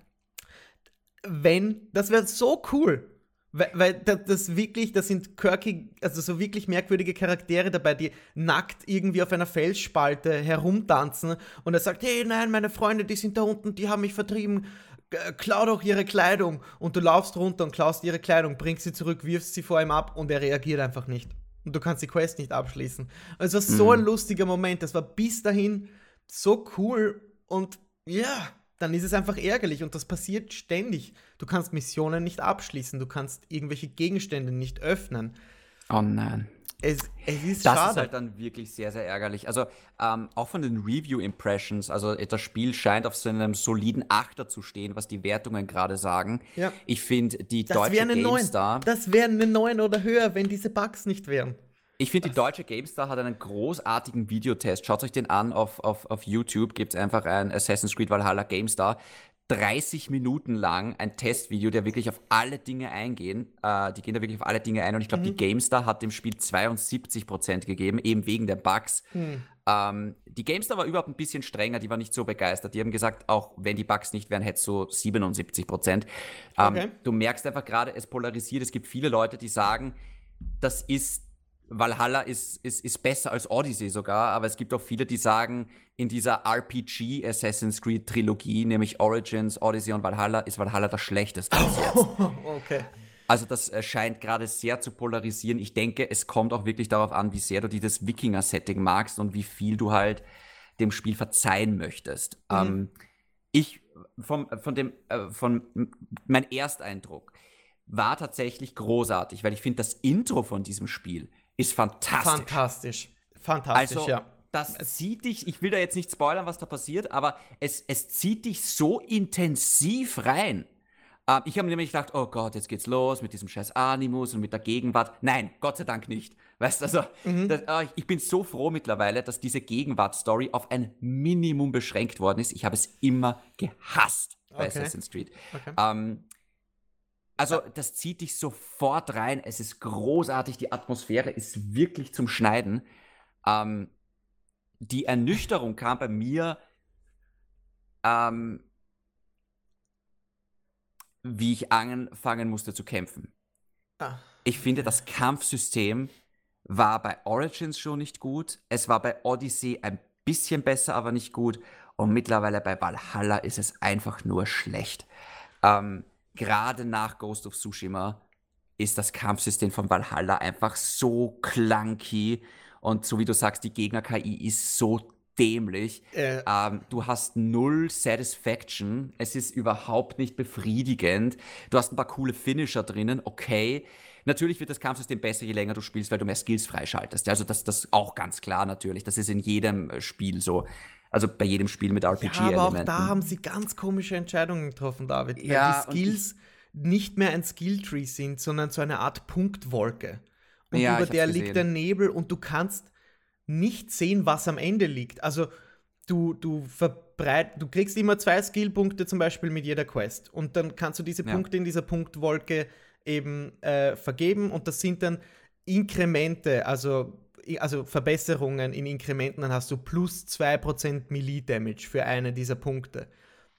Wenn, das wäre so cool. Weil, weil das wirklich, das sind quirky, also so wirklich merkwürdige Charaktere dabei, die nackt irgendwie auf einer Felsspalte herumtanzen und er sagt, hey, nein, meine Freunde, die sind da unten, die haben mich vertrieben, klau doch ihre Kleidung. Und du laufst runter und klaust ihre Kleidung, bringst sie zurück, wirfst sie vor ihm ab und er reagiert einfach nicht. Und du kannst die Quest nicht abschließen. Also es war so mhm. ein lustiger Moment, das war bis dahin so cool und ja, dann ist es einfach ärgerlich und das passiert ständig. Du kannst Missionen nicht abschließen, du kannst irgendwelche Gegenstände nicht öffnen. Oh nein. Es, es ist das schade. ist halt dann wirklich sehr, sehr ärgerlich. Also ähm, auch von den Review-Impressions, also das Spiel scheint auf so einem soliden Achter zu stehen, was die Wertungen gerade sagen. Ja. Ich finde, die das deutsche eine GameStar... neun. Das wäre eine neun oder höher, wenn diese Bugs nicht wären. Ich finde, die deutsche GameStar hat einen großartigen Videotest. Schaut euch den an auf, auf, auf YouTube. Gibt es einfach ein Assassin's Creed Valhalla GameStar. dreißig Minuten lang ein Testvideo, der wirklich auf alle Dinge eingehen. Äh, die gehen da wirklich auf alle Dinge ein. Und ich glaube, mhm. die GameStar hat dem Spiel zweiundsiebzig Prozent gegeben, eben wegen der Bugs. Mhm. Ähm, die GameStar war überhaupt ein bisschen strenger. Die war nicht so begeistert. Die haben gesagt, auch wenn die Bugs nicht wären, hättest du siebenundsiebzig Prozent. Ähm, okay. Du merkst einfach gerade, es polarisiert. Es gibt viele Leute, die sagen, das ist Valhalla ist, ist, ist besser als Odyssey sogar, aber es gibt auch viele, die sagen, in dieser R P G Assassin's Creed Trilogie, nämlich Origins, Odyssey und Valhalla, ist Valhalla das Schlechteste bis jetzt. Okay. Also das äh, scheint gerade sehr zu polarisieren. Ich denke, es kommt auch wirklich darauf an, wie sehr du dieses Wikinger-Setting magst und wie viel du halt dem Spiel verzeihen möchtest. Mhm. Ähm, ich, vom, von dem, äh, von mein Ersteindruck war tatsächlich großartig, weil ich finde, das Intro von diesem Spiel ist fantastisch. Fantastisch. Fantastisch, also, ja. Das zieht dich, ich will da jetzt nicht spoilern, was da passiert, aber es, es zieht dich so intensiv rein. Ähm, ich habe mir nämlich gedacht, oh Gott, jetzt geht's los mit diesem scheiß Animus und mit der Gegenwart. Nein, Gott sei Dank nicht. Weißt du, also, mhm. das, äh, ich bin so froh mittlerweile, dass diese Gegenwart-Story auf ein Minimum beschränkt worden ist. Ich habe es immer gehasst bei okay. Assassin's Creed. Okay. Ähm, Also, das zieht dich sofort rein. Es ist großartig. Die Atmosphäre ist wirklich zum Schneiden. Ähm, die Ernüchterung kam bei mir, ähm, wie ich anfangen musste zu kämpfen. Ah. Ich finde, das Kampfsystem war bei Origins schon nicht gut. Es war bei Odyssey ein bisschen besser, aber nicht gut. Und mittlerweile bei Valhalla ist es einfach nur schlecht. Ähm, Gerade nach Ghost of Tsushima ist das Kampfsystem von Valhalla einfach so clunky und so wie du sagst, die Gegner-K I ist so dämlich. Äh. Ähm, du hast null Satisfaction, es ist überhaupt nicht befriedigend. Du hast ein paar coole Finisher drinnen, okay. Natürlich wird das Kampfsystem besser, je länger du spielst, weil du mehr Skills freischaltest. Also das ist auch ganz klar natürlich. Das ist in jedem Spiel so. Also bei jedem Spiel mit R P G-Elementen. Ja, aber auch da haben sie ganz komische Entscheidungen getroffen, David. Weil ja, die Skills nicht mehr ein Skilltree sind, sondern so eine Art Punktwolke. Und ja, über der liegt der Nebel und du kannst nicht sehen, was am Ende liegt. Also du, du, verbreit, du kriegst immer zwei Skillpunkte zum Beispiel mit jeder Quest. Und dann kannst du diese Punkte ja. in dieser Punktwolke eben äh, vergeben. Und das sind dann Inkremente, also also Verbesserungen in Inkrementen, dann hast du plus zwei Prozent Melee-Damage für eine dieser Punkte.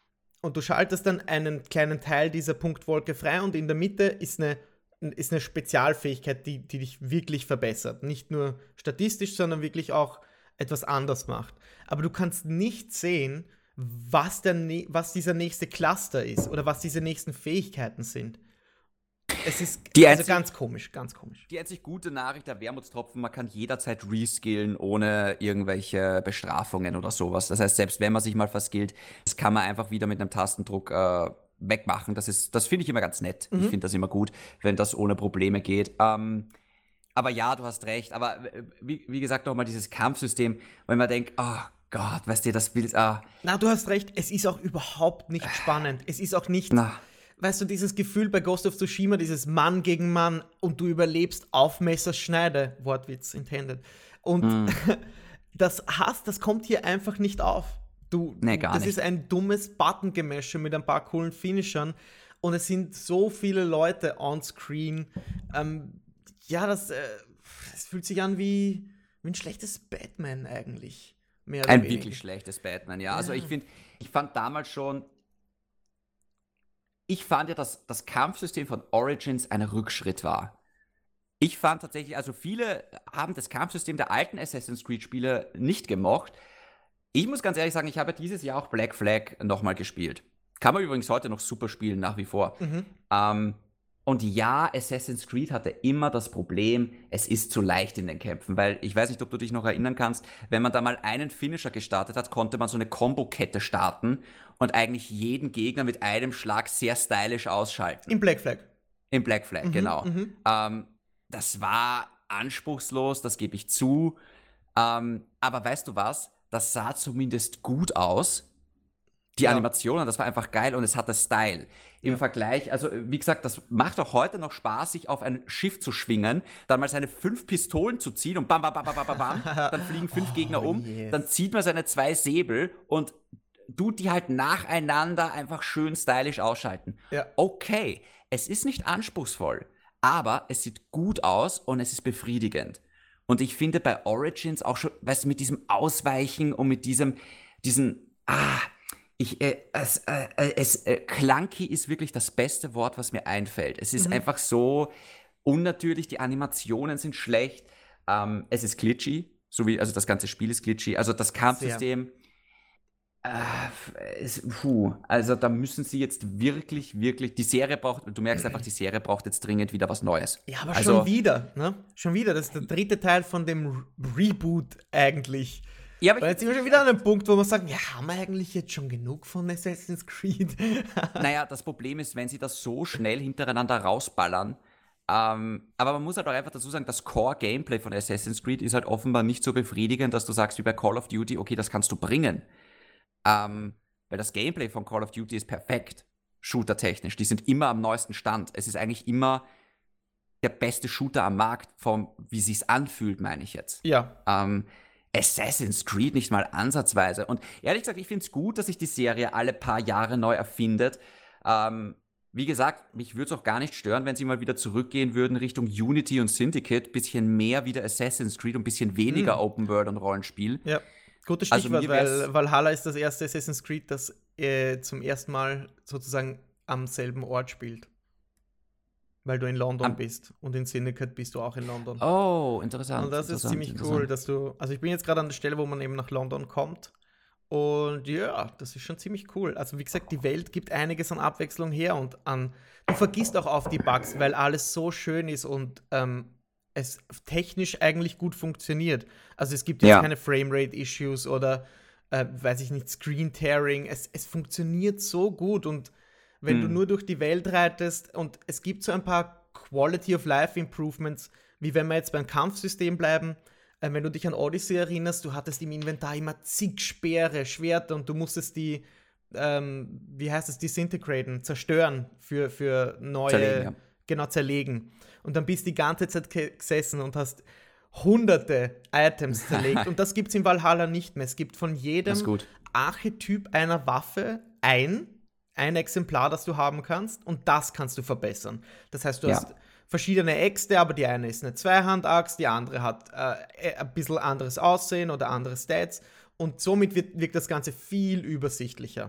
und du schaltest dann einen kleinen Teil dieser Punktwolke frei und in der Mitte ist eine, ist eine Spezialfähigkeit, die, die dich wirklich verbessert. Nicht nur statistisch, sondern wirklich auch etwas anders macht. Aber du kannst nicht sehen, was, der, was dieser nächste Cluster ist oder was diese nächsten Fähigkeiten sind. Es ist die also einzig, ganz komisch, ganz komisch. Die einzig gute Nachricht der Wermutstropfen, man kann jederzeit reskillen ohne irgendwelche Bestrafungen oder sowas. Das heißt, selbst wenn man sich mal verskillt, das kann man einfach wieder mit einem Tastendruck äh, wegmachen. Das ist, das finde ich immer ganz nett. Mhm. Ich finde das immer gut, wenn das ohne Probleme geht. Ähm, aber ja, du hast recht. Aber wie, wie gesagt, nochmal dieses Kampfsystem, weil man denkt, oh Gott, weißt du, das Bild. Ah. Na, du hast recht, es ist auch überhaupt nicht spannend. Es ist auch nicht. Na. Weißt du, dieses Gefühl bei Ghost of Tsushima, dieses Mann gegen Mann und du überlebst auf Messerschneide, Wortwitz intended. Und mm. das hast, das kommt hier einfach nicht auf. Du, nee, gar das nicht. ist ein dummes Button-Gemäsche mit ein paar coolen Finishern und es sind so viele Leute on-screen. Ähm, ja, das, äh, das fühlt sich an wie, wie ein schlechtes Batman eigentlich. Mehr oder ein weniger. Wirklich schlechtes Batman, ja. ja. Also ich finde, ich fand damals schon Ich fand ja, dass das Kampfsystem von Origins ein Rückschritt war. Ich fand tatsächlich, also viele haben das Kampfsystem der alten Assassin's Creed-Spiele nicht gemocht. Ich muss ganz ehrlich sagen, ich habe dieses Jahr auch Black Flag nochmal gespielt. Kann man übrigens heute noch super spielen, nach wie vor. Mhm. Ähm, und ja, Assassin's Creed hatte immer das Problem, es ist zu leicht in den Kämpfen, weil ich weiß nicht, ob du dich noch erinnern kannst, wenn man da mal einen Finisher gestartet hat, konnte man so eine Kombo-Kette starten und eigentlich jeden Gegner mit einem Schlag sehr stylisch ausschalten. Im Black Flag. Im Black Flag, mhm, genau. Mhm. Ähm, das war anspruchslos, das gebe ich zu. Ähm, aber weißt du was? Das sah zumindest gut aus. Die ja. Animationen, das war einfach geil und es hatte Style. Im ja. Vergleich, also wie gesagt, das macht auch heute noch Spaß, sich auf ein Schiff zu schwingen, dann mal seine fünf Pistolen zu ziehen und bam, bam, bam, bam, bam, bam, dann fliegen fünf oh, Gegner um, yes. dann zieht man seine zwei Säbel und tut die halt nacheinander einfach schön stylisch ausschalten. Ja. Okay, es ist nicht anspruchsvoll, aber es sieht gut aus und es ist befriedigend. Und ich finde bei Origins auch schon, weißt du, mit diesem Ausweichen und mit diesem, diesen, ah, Ich, äh, es, äh, es, äh, clunky ist wirklich das beste Wort, was mir einfällt. Es ist mhm. einfach so unnatürlich, die Animationen sind schlecht, ähm, es ist glitchy, so wie, also das ganze Spiel ist glitchy, also das Kampfsystem, äh, ist, puh, also da müssen sie jetzt wirklich, wirklich, die Serie braucht, du merkst einfach, die Serie braucht jetzt dringend wieder was Neues. Ja, aber also, schon wieder, ne? Schon wieder, das ist der dritte Teil von dem Reboot eigentlich. Ja, aber jetzt sind wir schon wieder an einem Punkt, wo wir sagen, ja, haben wir eigentlich jetzt schon genug von Assassin's Creed? Naja, das Problem ist, wenn sie das so schnell hintereinander rausballern, ähm, aber man muss halt auch einfach dazu sagen, das Core-Gameplay von Assassin's Creed ist halt offenbar nicht so befriedigend, dass du sagst, wie bei Call of Duty, okay, das kannst du bringen. Ähm, weil das Gameplay von Call of Duty ist perfekt, shooter-technisch. Die sind immer am neuesten Stand. Es ist eigentlich immer der beste Shooter am Markt, vom, wie sich's anfühlt, meine ich jetzt. Ja. Ähm, Assassin's Creed nicht mal ansatzweise. Und ehrlich gesagt, ich finde es gut, dass sich die Serie alle paar Jahre neu erfindet. Ähm, wie gesagt, mich würde es auch gar nicht stören, wenn sie mal wieder zurückgehen würden Richtung Unity und Syndicate. Bisschen mehr wieder Assassin's Creed und ein bisschen weniger mm. Open World und Rollenspiel. Ja, gutes Stichwort, also weil Valhalla ist das erste Assassin's Creed, das äh, zum ersten Mal sozusagen am selben Ort spielt. Weil du in London Am- bist und in Syndicate bist du auch in London. Oh, interessant. Und das ist interessant, ziemlich cool, dass du, also ich bin jetzt gerade an der Stelle, wo man eben nach London kommt und ja, das ist schon ziemlich cool. Also wie gesagt, die Welt gibt einiges an Abwechslung her und an, du vergisst auch auf die Bugs, weil alles so schön ist und ähm, es technisch eigentlich gut funktioniert. Also es gibt jetzt ja. keine Framerate-Issues oder, äh, weiß ich nicht, Screen-Tearing. Es, es funktioniert so gut und wenn hm. du nur durch die Welt reitest und es gibt so ein paar Quality-of-Life-Improvements, wie wenn wir jetzt beim Kampfsystem bleiben, äh, wenn du dich an Odyssey erinnerst, du hattest im Inventar immer zig Speere, Schwerter und du musstest die, ähm, wie heißt es, disintegraten, zerstören für, für neue, zerlegen, ja. genau, zerlegen. Und dann bist du die ganze Zeit gesessen und hast hunderte Items zerlegt und das gibt es in Valhalla nicht mehr. Es gibt von jedem Archetyp einer Waffe ein ein Exemplar, das du haben kannst und das kannst du verbessern. Das heißt, du ja. hast verschiedene Äxte, aber die eine ist eine Zweihand-Axt, die andere hat äh, ein bisschen anderes Aussehen oder andere Stats und somit wird, wirkt das Ganze viel übersichtlicher.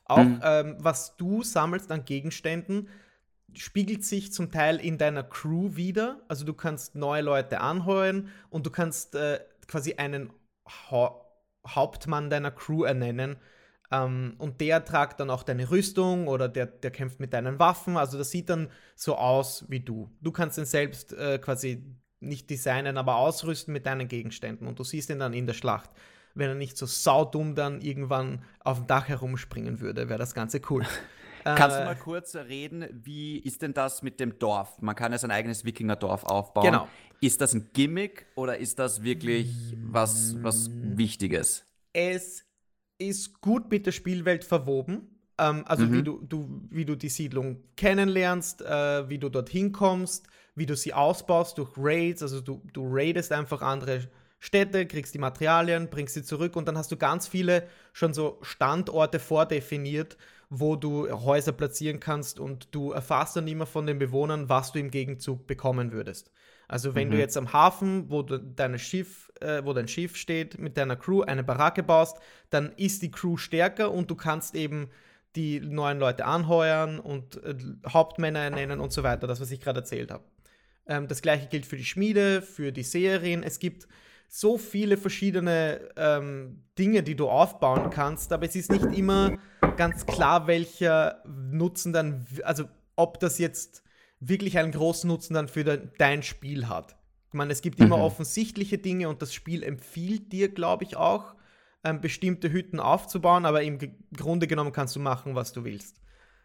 Auch Mhm. ähm, was du sammelst an Gegenständen, spiegelt sich zum Teil in deiner Crew wieder. Also du kannst neue Leute anheuern und du kannst äh, quasi einen ha Hauptmann deiner Crew ernennen. Ähm, und der tragt dann auch deine Rüstung oder der, der kämpft mit deinen Waffen. Also das sieht dann so aus wie du. Du kannst ihn selbst äh, quasi nicht designen, aber ausrüsten mit deinen Gegenständen. Und du siehst ihn dann in der Schlacht. Wenn er nicht so saudumm dann irgendwann auf dem Dach herumspringen würde, wäre das Ganze cool. Kannst du äh, mal kurz reden, wie ist denn das mit dem Dorf? Man kann ja sein eigenes Wikingerdorf aufbauen. Genau. Ist das ein Gimmick oder ist das wirklich was, was Wichtiges? Es ist gut mit der Spielwelt verwoben. Ähm, also wie Mhm. du, du, wie du die Siedlung kennenlernst, äh, wie du dorthin kommst, wie du sie ausbaust durch Raids. Also du, du raidest einfach andere Städte, kriegst die Materialien, bringst sie zurück und dann hast du ganz viele schon so Standorte vordefiniert, wo du Häuser platzieren kannst und du erfährst dann immer von den Bewohnern, was du im Gegenzug bekommen würdest. Also wenn du Mhm. jetzt am Hafen, wo du deine Schiff, äh, wo dein Schiff steht, mit deiner Crew eine Baracke baust, dann ist die Crew stärker und du kannst eben die neuen Leute anheuern und äh, Hauptmänner ernennen und so weiter, das, was ich gerade erzählt habe. Ähm, das gleiche gilt für die Schmiede, für die Serien. Es gibt so viele verschiedene ähm, Dinge, die du aufbauen kannst, aber es ist nicht immer ganz klar, welcher Nutzen dann, also ob das jetzt wirklich einen großen Nutzen dann für de, dein Spiel hat. Ich meine, es gibt immer Mhm. offensichtliche Dinge und das Spiel empfiehlt dir, glaube ich, auch, ähm, bestimmte Hütten aufzubauen, aber im G Grunde genommen kannst du machen, was du willst.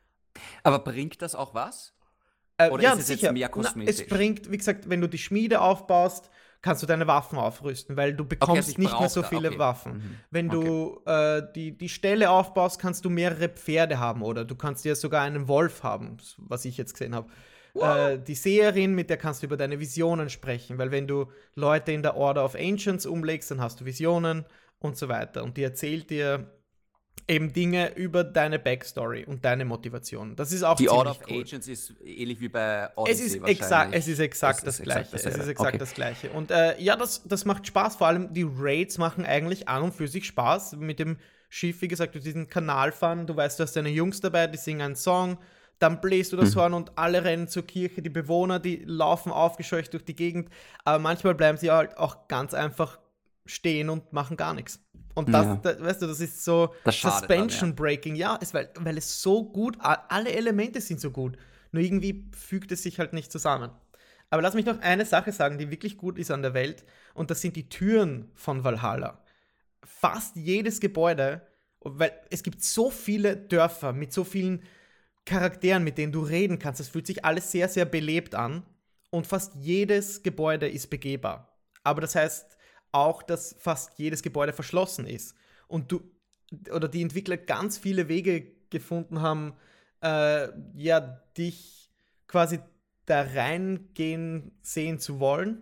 Aber bringt das auch was? Äh, Oder ja, ist es jetzt sicher. mehr Na, es kosmetisch? bringt, wie gesagt, wenn du die Schmiede aufbaust, kannst du deine Waffen aufrüsten, weil du Okay, also bekommst ich nicht mehr brauche so da, viele okay. Waffen. Mhm. Wenn Okay. du äh, die, die Ställe aufbaust, kannst du mehrere Pferde haben oder du kannst ja sogar einen Wolf haben, was ich jetzt gesehen habe. Äh, die Seherin, mit der kannst du über deine Visionen sprechen, weil wenn du Leute in der Order of Ancients umlegst, dann hast du Visionen und so weiter. Und die erzählt dir eben Dinge über deine Backstory und deine Motivation. Das ist auch Die Order ziemlich of cool. Agents ist ähnlich wie bei Es Odyssey ist exakt, es ist wahrscheinlich. exakt Es das ist exakt Gleiche. Es ist dasselbe. exakt Okay. das Gleiche. Und äh, ja, das, das macht Spaß. Vor allem die Raids machen eigentlich an und für sich Spaß. Mit dem Schiff, wie gesagt, durch diesen Kanal fahren. Du weißt, du hast deine Jungs dabei, die singen einen Song. Dann bläst du das Mhm. Horn und alle rennen zur Kirche. Die Bewohner, die laufen aufgescheucht durch die Gegend. Aber manchmal bleiben sie halt auch ganz einfach stehen und machen gar nichts. Und das, Ja, da, weißt du, das ist so das schadet dann, Suspension ja. Breaking. Ja, es, weil, weil es so gut, a- alle Elemente sind so gut. Nur irgendwie fügt es sich halt nicht zusammen. Aber lass mich noch eine Sache sagen, die wirklich gut ist an der Welt. Und das sind die Türen von Valhalla. Fast jedes Gebäude, weil es gibt so viele Dörfer mit so vielen Charakteren, mit denen du reden kannst. Das fühlt sich alles sehr, sehr belebt an. Und fast jedes Gebäude ist begehbar. Aber das heißt auch, dass fast jedes Gebäude verschlossen ist. Und du, oder die Entwickler ganz viele Wege gefunden haben, äh, ja, dich quasi da reingehen sehen zu wollen,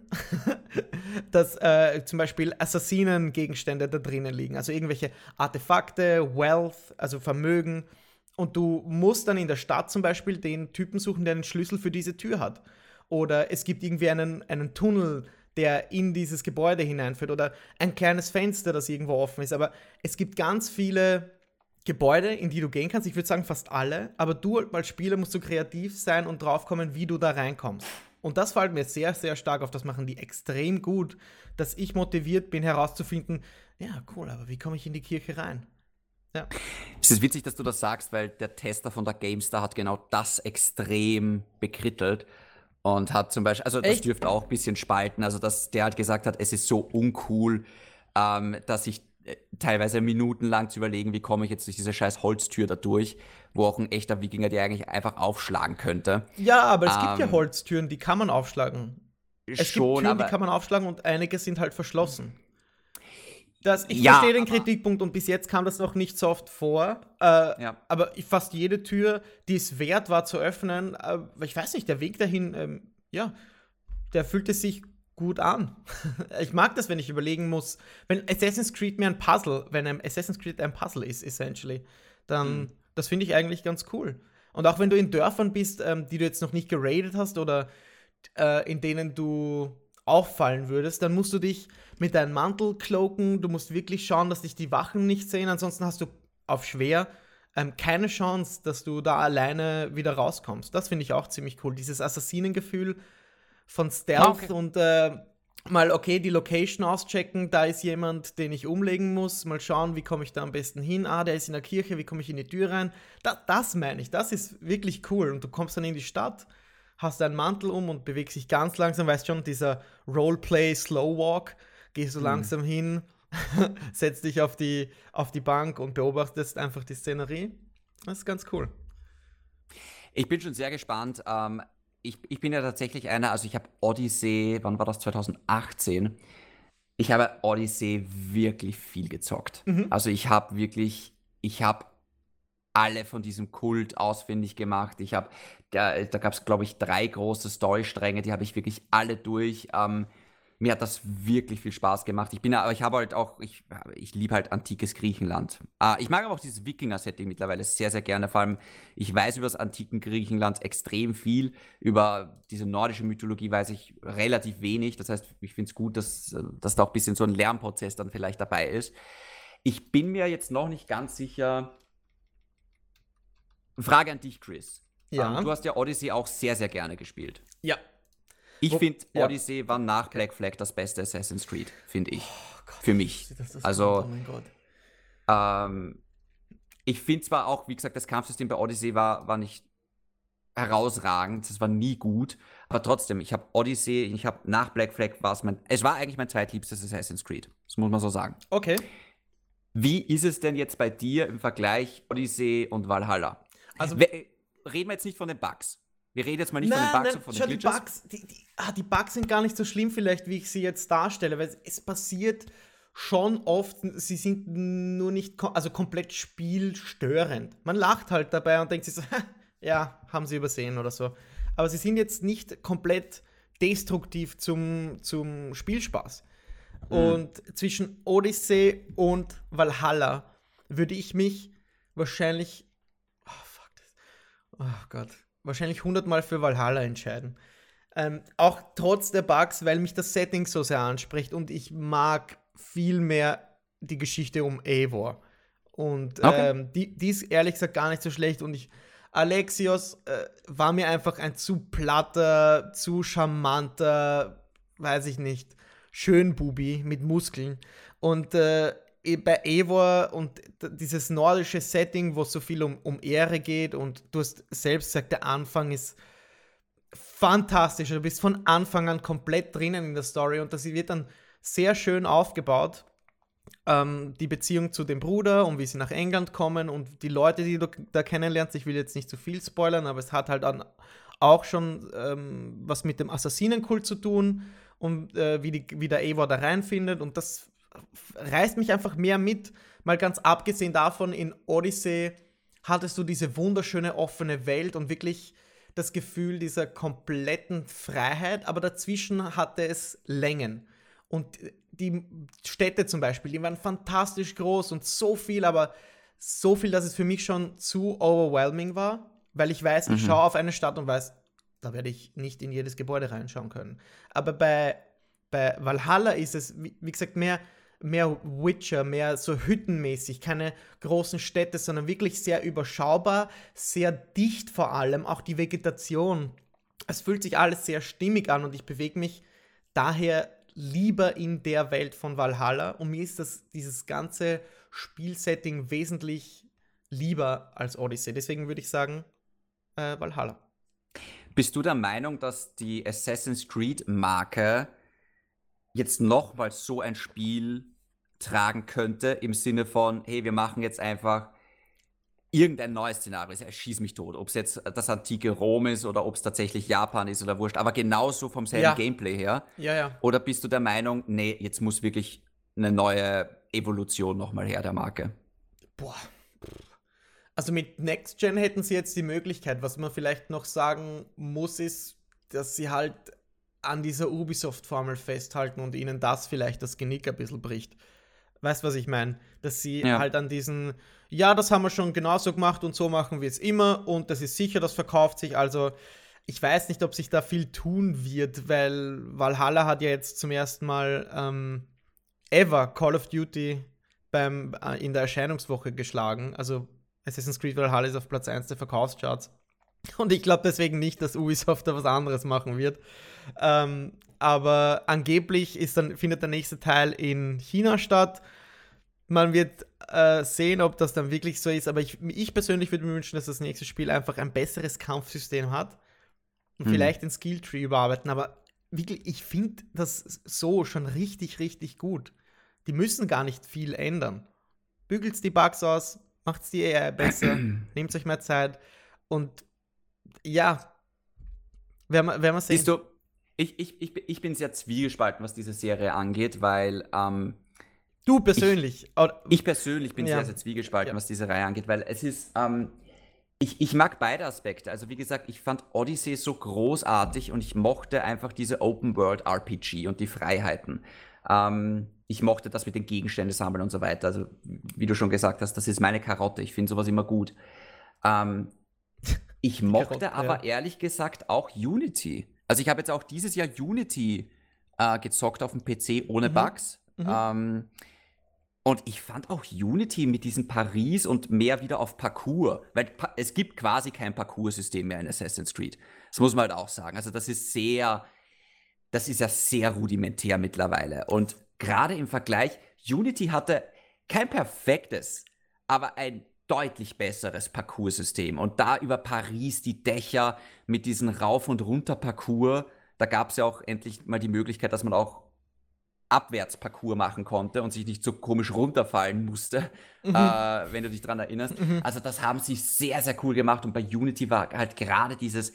dass äh, zum Beispiel Assassinengegenstände da drinnen liegen, also irgendwelche Artefakte, Wealth, also Vermögen. Und du musst dann in der Stadt zum Beispiel den Typen suchen, der einen Schlüssel für diese Tür hat. Oder es gibt irgendwie einen, einen Tunnel, der in dieses Gebäude hineinführt. Oder ein kleines Fenster, das irgendwo offen ist. Aber es gibt ganz viele Gebäude, in die du gehen kannst. Ich würde sagen fast alle. Aber du als Spieler musst so kreativ sein und draufkommen, wie du da reinkommst. Und das fällt mir sehr, sehr stark auf. Das machen die extrem gut, dass ich motiviert bin, herauszufinden, ja, cool, aber wie komme ich in die Kirche rein? Ja. Es ist witzig, dass du das sagst, weil der Tester von der GameStar hat genau das extrem bekrittelt und hat zum Beispiel, also das Echt? dürfte auch ein bisschen spalten, also dass der halt gesagt hat, es ist so uncool, ähm, dass ich äh, teilweise minutenlang zu überlegen, wie komme ich jetzt durch diese scheiß Holztür da durch, wo auch ein echter Wikinger die eigentlich einfach aufschlagen könnte. Ja, aber es gibt ja Ähm, Holztüren, die kann man aufschlagen. Es gibt Schon, Türen, die aber kann man aufschlagen und einige sind halt verschlossen. Das, ich ja, verstehe den aber- Kritikpunkt und bis jetzt kam das noch nicht so oft vor. Äh, Ja. Aber fast jede Tür, die es wert war zu öffnen, äh, ich weiß nicht, der Weg dahin, ähm, ja, der fühlte sich gut an. Ich mag das, wenn ich überlegen muss, wenn Assassin's Creed mir ein Puzzle, wenn ein Assassin's Creed ein Puzzle ist, essentially, dann, Mhm. das finde ich eigentlich ganz cool. Und auch wenn du in Dörfern bist, ähm, die du jetzt noch nicht geradet hast oder äh, in denen du auffallen würdest, dann musst du dich mit deinem Mantel cloaken, du musst wirklich schauen, dass dich die Wachen nicht sehen, ansonsten hast du auf schwer ähm, keine Chance, dass du da alleine wieder rauskommst. Das finde ich auch ziemlich cool. Dieses Assassinengefühl von Stealth Ah, okay. und äh, mal, okay, die Location auschecken, da ist jemand, den ich umlegen muss, mal schauen, wie komme ich da am besten hin, ah, der ist in der Kirche, wie komme ich in die Tür rein, da, das meine ich, das ist wirklich cool und du kommst dann in die Stadt, hast deinen Mantel um und bewegst dich ganz langsam, weißt schon, dieser Roleplay, Slow Walk, gehst so Hm. langsam hin, setzt dich auf die, auf die Bank und beobachtest einfach die Szenerie, das ist ganz cool. Ich bin schon sehr gespannt. Ähm, ich, ich bin ja tatsächlich einer, also ich habe Odyssey, wann war das, zwanzig achtzehn? Ich habe Odyssey wirklich viel gezockt. Mhm. Also ich habe wirklich, ich habe alle von diesem Kult ausfindig gemacht. Ich habe, da, da gab es, glaube ich, drei große Storystränge, die habe ich wirklich alle durch. Ähm, mir hat das wirklich viel Spaß gemacht. Ich bin, aber ich habe halt auch, ich, ich liebe halt antikes Griechenland. Äh, ich mag aber auch dieses Wikinger-Setting mittlerweile sehr, sehr gerne. Vor allem, ich weiß über das antiken Griechenland extrem viel. Über diese nordische Mythologie weiß ich relativ wenig. Das heißt, ich finde es gut, dass, dass da auch ein bisschen so ein Lernprozess dann vielleicht dabei ist. Ich bin mir jetzt noch nicht ganz sicher. Frage an dich, Chris. Ja. Ähm, du hast ja Odyssey auch sehr, sehr gerne gespielt. Ja. Ich Wo- finde, ja. Odyssey war nach Black Flag das beste Assassin's Creed, finde ich. Oh Gott, Für mich. dass das Also- kommt, oh mein Gott. Ähm, ich finde zwar auch, wie gesagt, das Kampfsystem bei Odyssey war, war nicht herausragend, das war nie gut, aber trotzdem, ich habe Odyssey, ich habe nach Black Flag war es mein, es war eigentlich mein zweitliebstes Assassin's Creed, das muss man so sagen. Okay. Wie ist es denn jetzt bei dir im Vergleich Odyssey und Valhalla? Also, We reden wir jetzt nicht von den Bugs. Wir reden jetzt mal nicht von den Bugs und von schau, den die Glitches. Bugs, die, die, ah, die Bugs sind gar nicht so schlimm vielleicht, wie ich sie jetzt darstelle, weil es, es passiert schon oft, sie sind nur nicht, ko also komplett spielstörend. Man lacht halt dabei und denkt sich so, ja, haben sie übersehen oder so. Aber sie sind jetzt nicht komplett destruktiv zum, zum Spielspaß. Mhm. Und zwischen Odyssey und Valhalla würde ich mich wahrscheinlich, oh fuck das, oh Gott, wahrscheinlich hundertmal für Valhalla entscheiden. Ähm, auch trotz der Bugs, weil mich das Setting so sehr anspricht und ich mag viel mehr die Geschichte um Eivor. Und Okay. ähm, die, die ist ehrlich gesagt gar nicht so schlecht und ich Alexios äh, war mir einfach ein zu platter, zu charmanter, weiß ich nicht, Schönbubi mit Muskeln. Und äh, eh bei Eivor und d- dieses nordische Setting, wo es so viel um, um Ehre geht und du hast selbst gesagt, der Anfang ist fantastisch. Du bist von Anfang an komplett drinnen in der Story und das wird dann sehr schön aufgebaut. Ähm, die Beziehung zu dem Bruder und wie sie nach England kommen und die Leute, die du da kennenlernst. Ich will jetzt nicht zu viel spoilern, aber es hat halt dann auch schon ähm, was mit dem Assassinenkult zu tun und äh, wie, die, wie der Eivor da reinfindet. Und das reißt mich einfach mehr mit. Mal ganz abgesehen davon, in Odyssey hattest du diese wunderschöne offene Welt und wirklich das Gefühl dieser kompletten Freiheit, aber dazwischen hatte es Längen. Und die Städte zum Beispiel, die waren fantastisch groß und so viel, aber so viel, dass es für mich schon zu overwhelming war, weil ich weiß, ich Mhm. schaue auf eine Stadt und weiß, da werde ich nicht in jedes Gebäude reinschauen können. Aber bei, bei Valhalla ist es, wie, wie gesagt, mehr, mehr Witcher, mehr so hüttenmäßig, keine großen Städte, sondern wirklich sehr überschaubar, sehr dicht vor allem, auch die Vegetation. Es fühlt sich alles sehr stimmig an und ich bewege mich daher lieber in der Welt von Valhalla und mir ist das, dieses ganze Spielsetting wesentlich lieber als Odyssey. Deswegen würde ich sagen, äh, Valhalla. Bist du der Meinung, dass die Assassin's Creed-Marke jetzt nochmal so ein Spiel tragen könnte, im Sinne von, hey, wir machen jetzt einfach irgendein neues Szenario, schieß mich tot, ob es jetzt das antike Rom ist oder ob es tatsächlich Japan ist oder wurscht, aber genauso vom selben Ja. Gameplay her? Ja, ja. Oder bist du der Meinung, nee, jetzt muss wirklich eine neue Evolution nochmal her der Marke? Boah. Also mit Next Gen hätten sie jetzt die Möglichkeit. Was man vielleicht noch sagen muss, ist, dass sie halt an dieser Ubisoft-Formel festhalten und ihnen das vielleicht das Genick ein bisschen bricht. Weißt du, was ich meine? Dass sie Ja. halt an diesen, ja, das haben wir schon genauso gemacht und so machen wir es immer und das ist sicher, das verkauft sich. Also ich weiß nicht, ob sich da viel tun wird, weil Valhalla hat ja jetzt zum ersten Mal ähm, ever Call of Duty beim, äh, in der Erscheinungswoche geschlagen. Also Assassin's Creed Valhalla ist auf Platz eins der Verkaufscharts. Und ich glaube deswegen nicht, dass Ubisoft da was anderes machen wird. Ähm, aber angeblich ist dann, findet der nächste Teil in China statt. Man wird äh, sehen, ob das dann wirklich so ist. Aber ich, ich persönlich würde mir wünschen, dass das nächste Spiel einfach ein besseres Kampfsystem hat. Und hm. vielleicht den Skilltree überarbeiten. Aber wirklich, ich finde das so schon richtig, richtig gut. Die müssen gar nicht viel ändern. Bügelt's die Bugs aus, macht's die A I besser, nehmt euch mehr Zeit. Und ja, werden wir, werden wir sehen. Siehst du, ich, ich, ich, ich bin sehr zwiegespalten, was diese Serie angeht, weil ähm, du persönlich. Ich, ich persönlich bin ja. sehr, sehr zwiegespalten, ja. was diese Reihe angeht, weil es ist, ähm, ich, ich mag beide Aspekte. Also wie gesagt, ich fand Odyssey so großartig und ich mochte einfach diese Open-World-R P G und die Freiheiten. Ähm, ich mochte das mit den Gegenständen sammeln und so weiter. Also wie du schon gesagt hast, das ist meine Karotte. Ich finde sowas immer gut. Ähm, ich mochte Karotte, aber ja. ehrlich gesagt auch Unity. Also ich habe jetzt auch dieses Jahr Unity äh, gezockt auf dem P C ohne mhm. Bugs. Mhm. Ähm, und ich fand auch Unity mit diesem Paris und mehr wieder auf Parkour, weil pa- es gibt quasi kein Parcours-System mehr in Assassin's Creed. Das muss man halt auch sagen. Also das ist sehr, das ist ja sehr rudimentär mittlerweile. Und gerade im Vergleich, Unity hatte kein perfektes, aber ein deutlich besseres Parcours-System. Und da über Paris die Dächer mit diesem Rauf- und Runter-Parcours, da gab es ja auch endlich mal die Möglichkeit, dass man auch Abwärtsparcours machen konnte und sich nicht so komisch runterfallen musste, mhm. äh, wenn du dich dran erinnerst. Mhm. Also das haben sie sehr, sehr cool gemacht und bei Unity war halt gerade dieses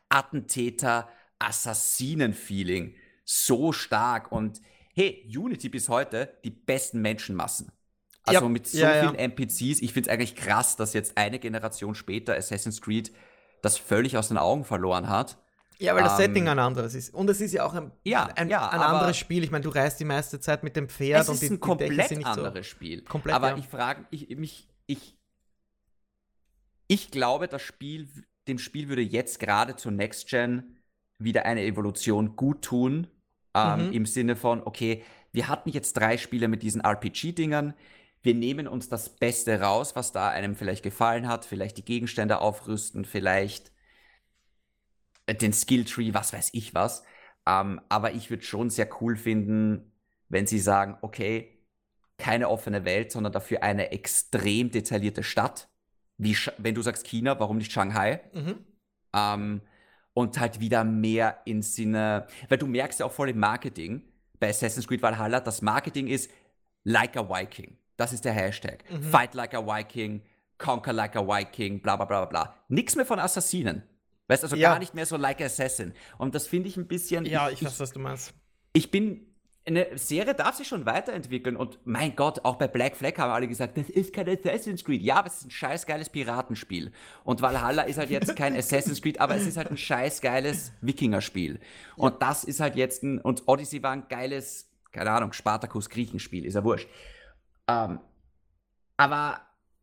Attentäter-Assassinen-Feeling so stark und hey, Unity bis heute die besten Menschenmassen. Also ja, mit so ja, vielen ja. N P Cs, ich finde es eigentlich krass, dass jetzt eine Generation später Assassin's Creed das völlig aus den Augen verloren hat. Ja, weil das ähm, Setting ein anderes ist. Und es ist ja auch ein, ja, ein, ja, ein anderes Spiel. Ich meine, du reist die meiste Zeit mit dem Pferd. Es und ist die, ein die komplett sind nicht anderes so Spiel. Komplett, aber ja. ich frage ich, mich, ich, ich glaube, das Spiel, dem Spiel würde jetzt gerade zur Next Gen wieder eine Evolution gut tun. Ähm, mhm. Im Sinne von, okay, wir hatten jetzt drei Spiele mit diesen R P G-Dingern. Wir nehmen uns das Beste raus, was da einem vielleicht gefallen hat. Vielleicht die Gegenstände aufrüsten, vielleicht den Skilltree, was weiß ich was. Ähm, aber ich würde schon sehr cool finden, wenn sie sagen, okay, keine offene Welt, sondern dafür eine extrem detaillierte Stadt. Wie Sch- wenn du sagst China, warum nicht Shanghai? Mhm. Ähm, und halt wieder mehr im Sinne, weil du merkst ja auch voll im Marketing bei Assassin's Creed Valhalla, das Marketing ist like a Viking. Das ist der Hashtag. Mhm. Fight like a Viking, conquer like a Viking, bla bla bla bla. Nix mehr von Assassinen. Weißt du, also ja. gar nicht mehr so like Assassin. Und das finde ich ein bisschen... Ja, ich, ich weiß, was du meinst. Ich bin... Eine Serie darf sich schon weiterentwickeln. Und mein Gott, auch bei Black Flag haben alle gesagt, das ist kein Assassin's Creed. Ja, aber es ist ein scheißgeiles Piratenspiel. Und Valhalla ist halt jetzt kein Assassin's Creed, aber es ist halt ein scheißgeiles Wikingerspiel. Und ja. das ist halt jetzt ein... Und Odyssey war ein geiles, keine Ahnung, Spartacus-Griechenspiel. Ist ja wurscht. Ähm, aber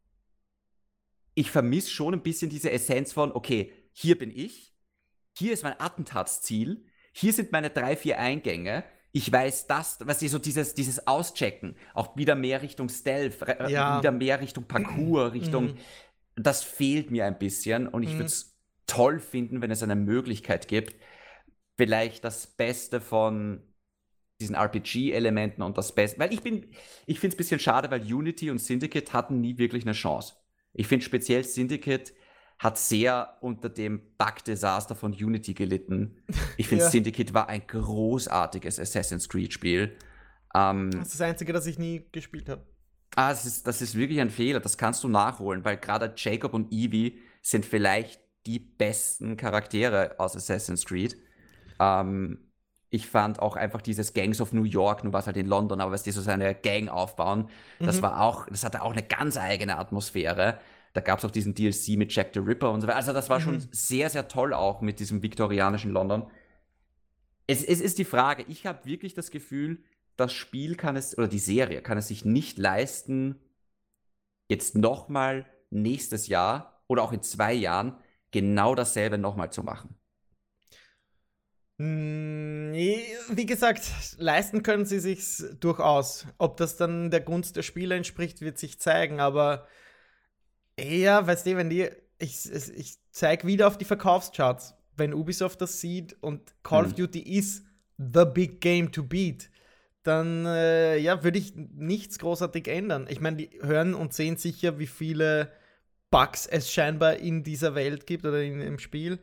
ich vermisse schon ein bisschen diese Essenz von, okay, hier bin ich, hier ist mein Attentatsziel, hier sind meine drei, vier Eingänge, ich weiß das, was ich so dieses, dieses Auschecken, auch wieder mehr Richtung Stealth, ja. wieder mehr Richtung Parkour, Richtung, mhm. das fehlt mir ein bisschen und ich mhm. würde es toll finden, wenn es eine Möglichkeit gibt, vielleicht das Beste von diesen R P G-Elementen und das Beste, weil ich bin, ich finde es ein bisschen schade, weil Unity und Syndicate hatten nie wirklich eine Chance. Ich finde speziell Syndicate hat sehr unter dem Bug-Desaster von Unity gelitten. Ich finde, ja. Syndicate war ein großartiges Assassin's Creed-Spiel. Ähm, das ist das Einzige, das ich nie gespielt habe. Ah, das ist, das ist wirklich ein Fehler. Das kannst du nachholen, weil gerade Jacob und Evie sind vielleicht die besten Charaktere aus Assassin's Creed. Ähm, ich fand auch einfach dieses Gangs of New York, nur war es halt in London, aber was die so seine Gang aufbauen, mhm. das war auch, das hatte auch eine ganz eigene Atmosphäre. Da gab es auch diesen D L C mit Jack the Ripper und so weiter. Also das war mhm. schon sehr, sehr toll auch mit diesem viktorianischen London. Es, es ist die Frage, ich habe wirklich das Gefühl, das Spiel kann es, oder die Serie kann es sich nicht leisten, jetzt nochmal nächstes Jahr oder auch in zwei Jahren genau dasselbe nochmal zu machen. Wie gesagt, leisten können sie sich's durchaus. Ob das dann der Gunst der Spieler entspricht, wird sich zeigen, aber Ja, weißt du, wenn die, ich, ich, ich zeig wieder auf die Verkaufscharts, wenn Ubisoft das sieht und Call of Hm. Duty ist the big game to beat, dann äh, ja, würde ich nichts großartig ändern. Ich meine, die hören und sehen sicher, wie viele Bugs es scheinbar in dieser Welt gibt oder in, im Spiel.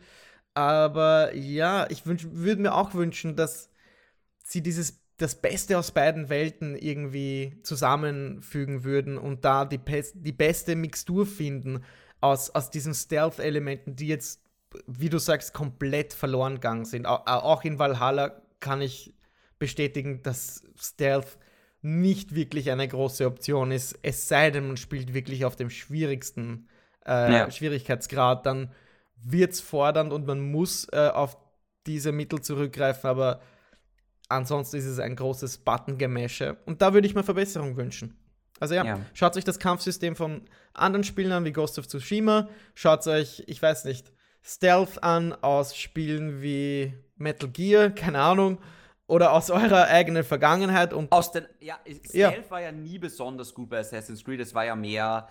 Aber ja, ich würde mir auch wünschen, dass sie dieses das Beste aus beiden Welten irgendwie zusammenfügen würden und da die, pes- die beste Mixtur finden aus, aus diesen Stealth-Elementen, die jetzt, wie du sagst, komplett verloren gegangen sind. Au- Auch in Valhalla kann ich bestätigen, dass Stealth nicht wirklich eine große Option ist, es sei denn, man spielt wirklich auf dem schwierigsten äh, Ja. Schwierigkeitsgrad, dann wird es fordernd und man muss äh, auf diese Mittel zurückgreifen, aber ansonsten ist es ein großes Button-Gemäsche. Und da würde ich mir Verbesserung wünschen. Also ja, Ja. schaut euch das Kampfsystem von anderen Spielen an, wie Ghost of Tsushima. Schaut euch, ich weiß nicht, Stealth an aus Spielen wie Metal Gear, keine Ahnung. Oder aus eurer eigenen Vergangenheit. Und Aus den, ja, Stealth Ja. war ja nie besonders gut bei Assassin's Creed. Es war ja mehr,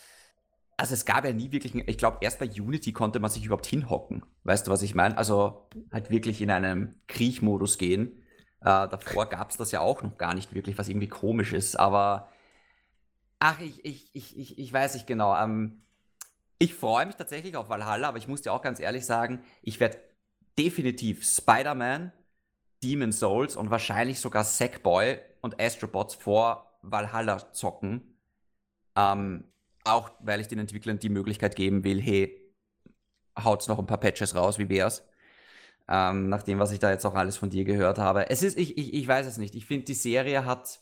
also es gab ja nie wirklich, ich glaube, erst bei Unity konnte man sich überhaupt hinhocken. Weißt du, was ich meine? Also halt wirklich in einem Kriechmodus gehen. Äh, davor gab es das ja auch noch gar nicht wirklich, was irgendwie komisch ist. Aber, ach, ich, ich, ich, ich, ich weiß nicht genau. Ähm, ich freue mich tatsächlich auf Valhalla, aber ich muss dir auch ganz ehrlich sagen, ich werde definitiv Spider-Man, Demon's Souls und wahrscheinlich sogar Sackboy und Astrobots vor Valhalla zocken. Ähm, auch weil ich den Entwicklern die Möglichkeit geben will, hey, haut's noch ein paar Patches raus, wie wär's? Ähm, nach dem, was ich da jetzt auch alles von dir gehört habe. Es ist, ich, ich, ich weiß es nicht. Ich finde, die Serie hat,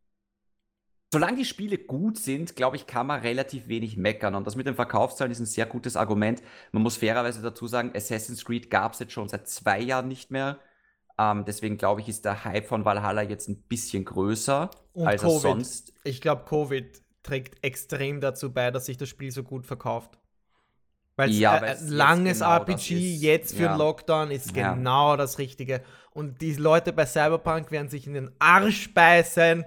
solange die Spiele gut sind, glaube ich, kann man relativ wenig meckern. Und das mit den Verkaufszahlen ist ein sehr gutes Argument. Man muss fairerweise dazu sagen, Assassin's Creed gab es jetzt schon seit zwei Jahren nicht mehr. Ähm, deswegen glaube ich, ist der Hype von Valhalla jetzt ein bisschen größer Und als er Covid. sonst. Ich glaube, Covid trägt extrem dazu bei, dass sich das Spiel so gut verkauft. Weil Ja, ein weil's jetzt langes genau R P das G ist. jetzt für Ja. einen Lockdown ist Ja. genau das Richtige. Und die Leute bei Cyberpunk werden sich in den Arsch beißen.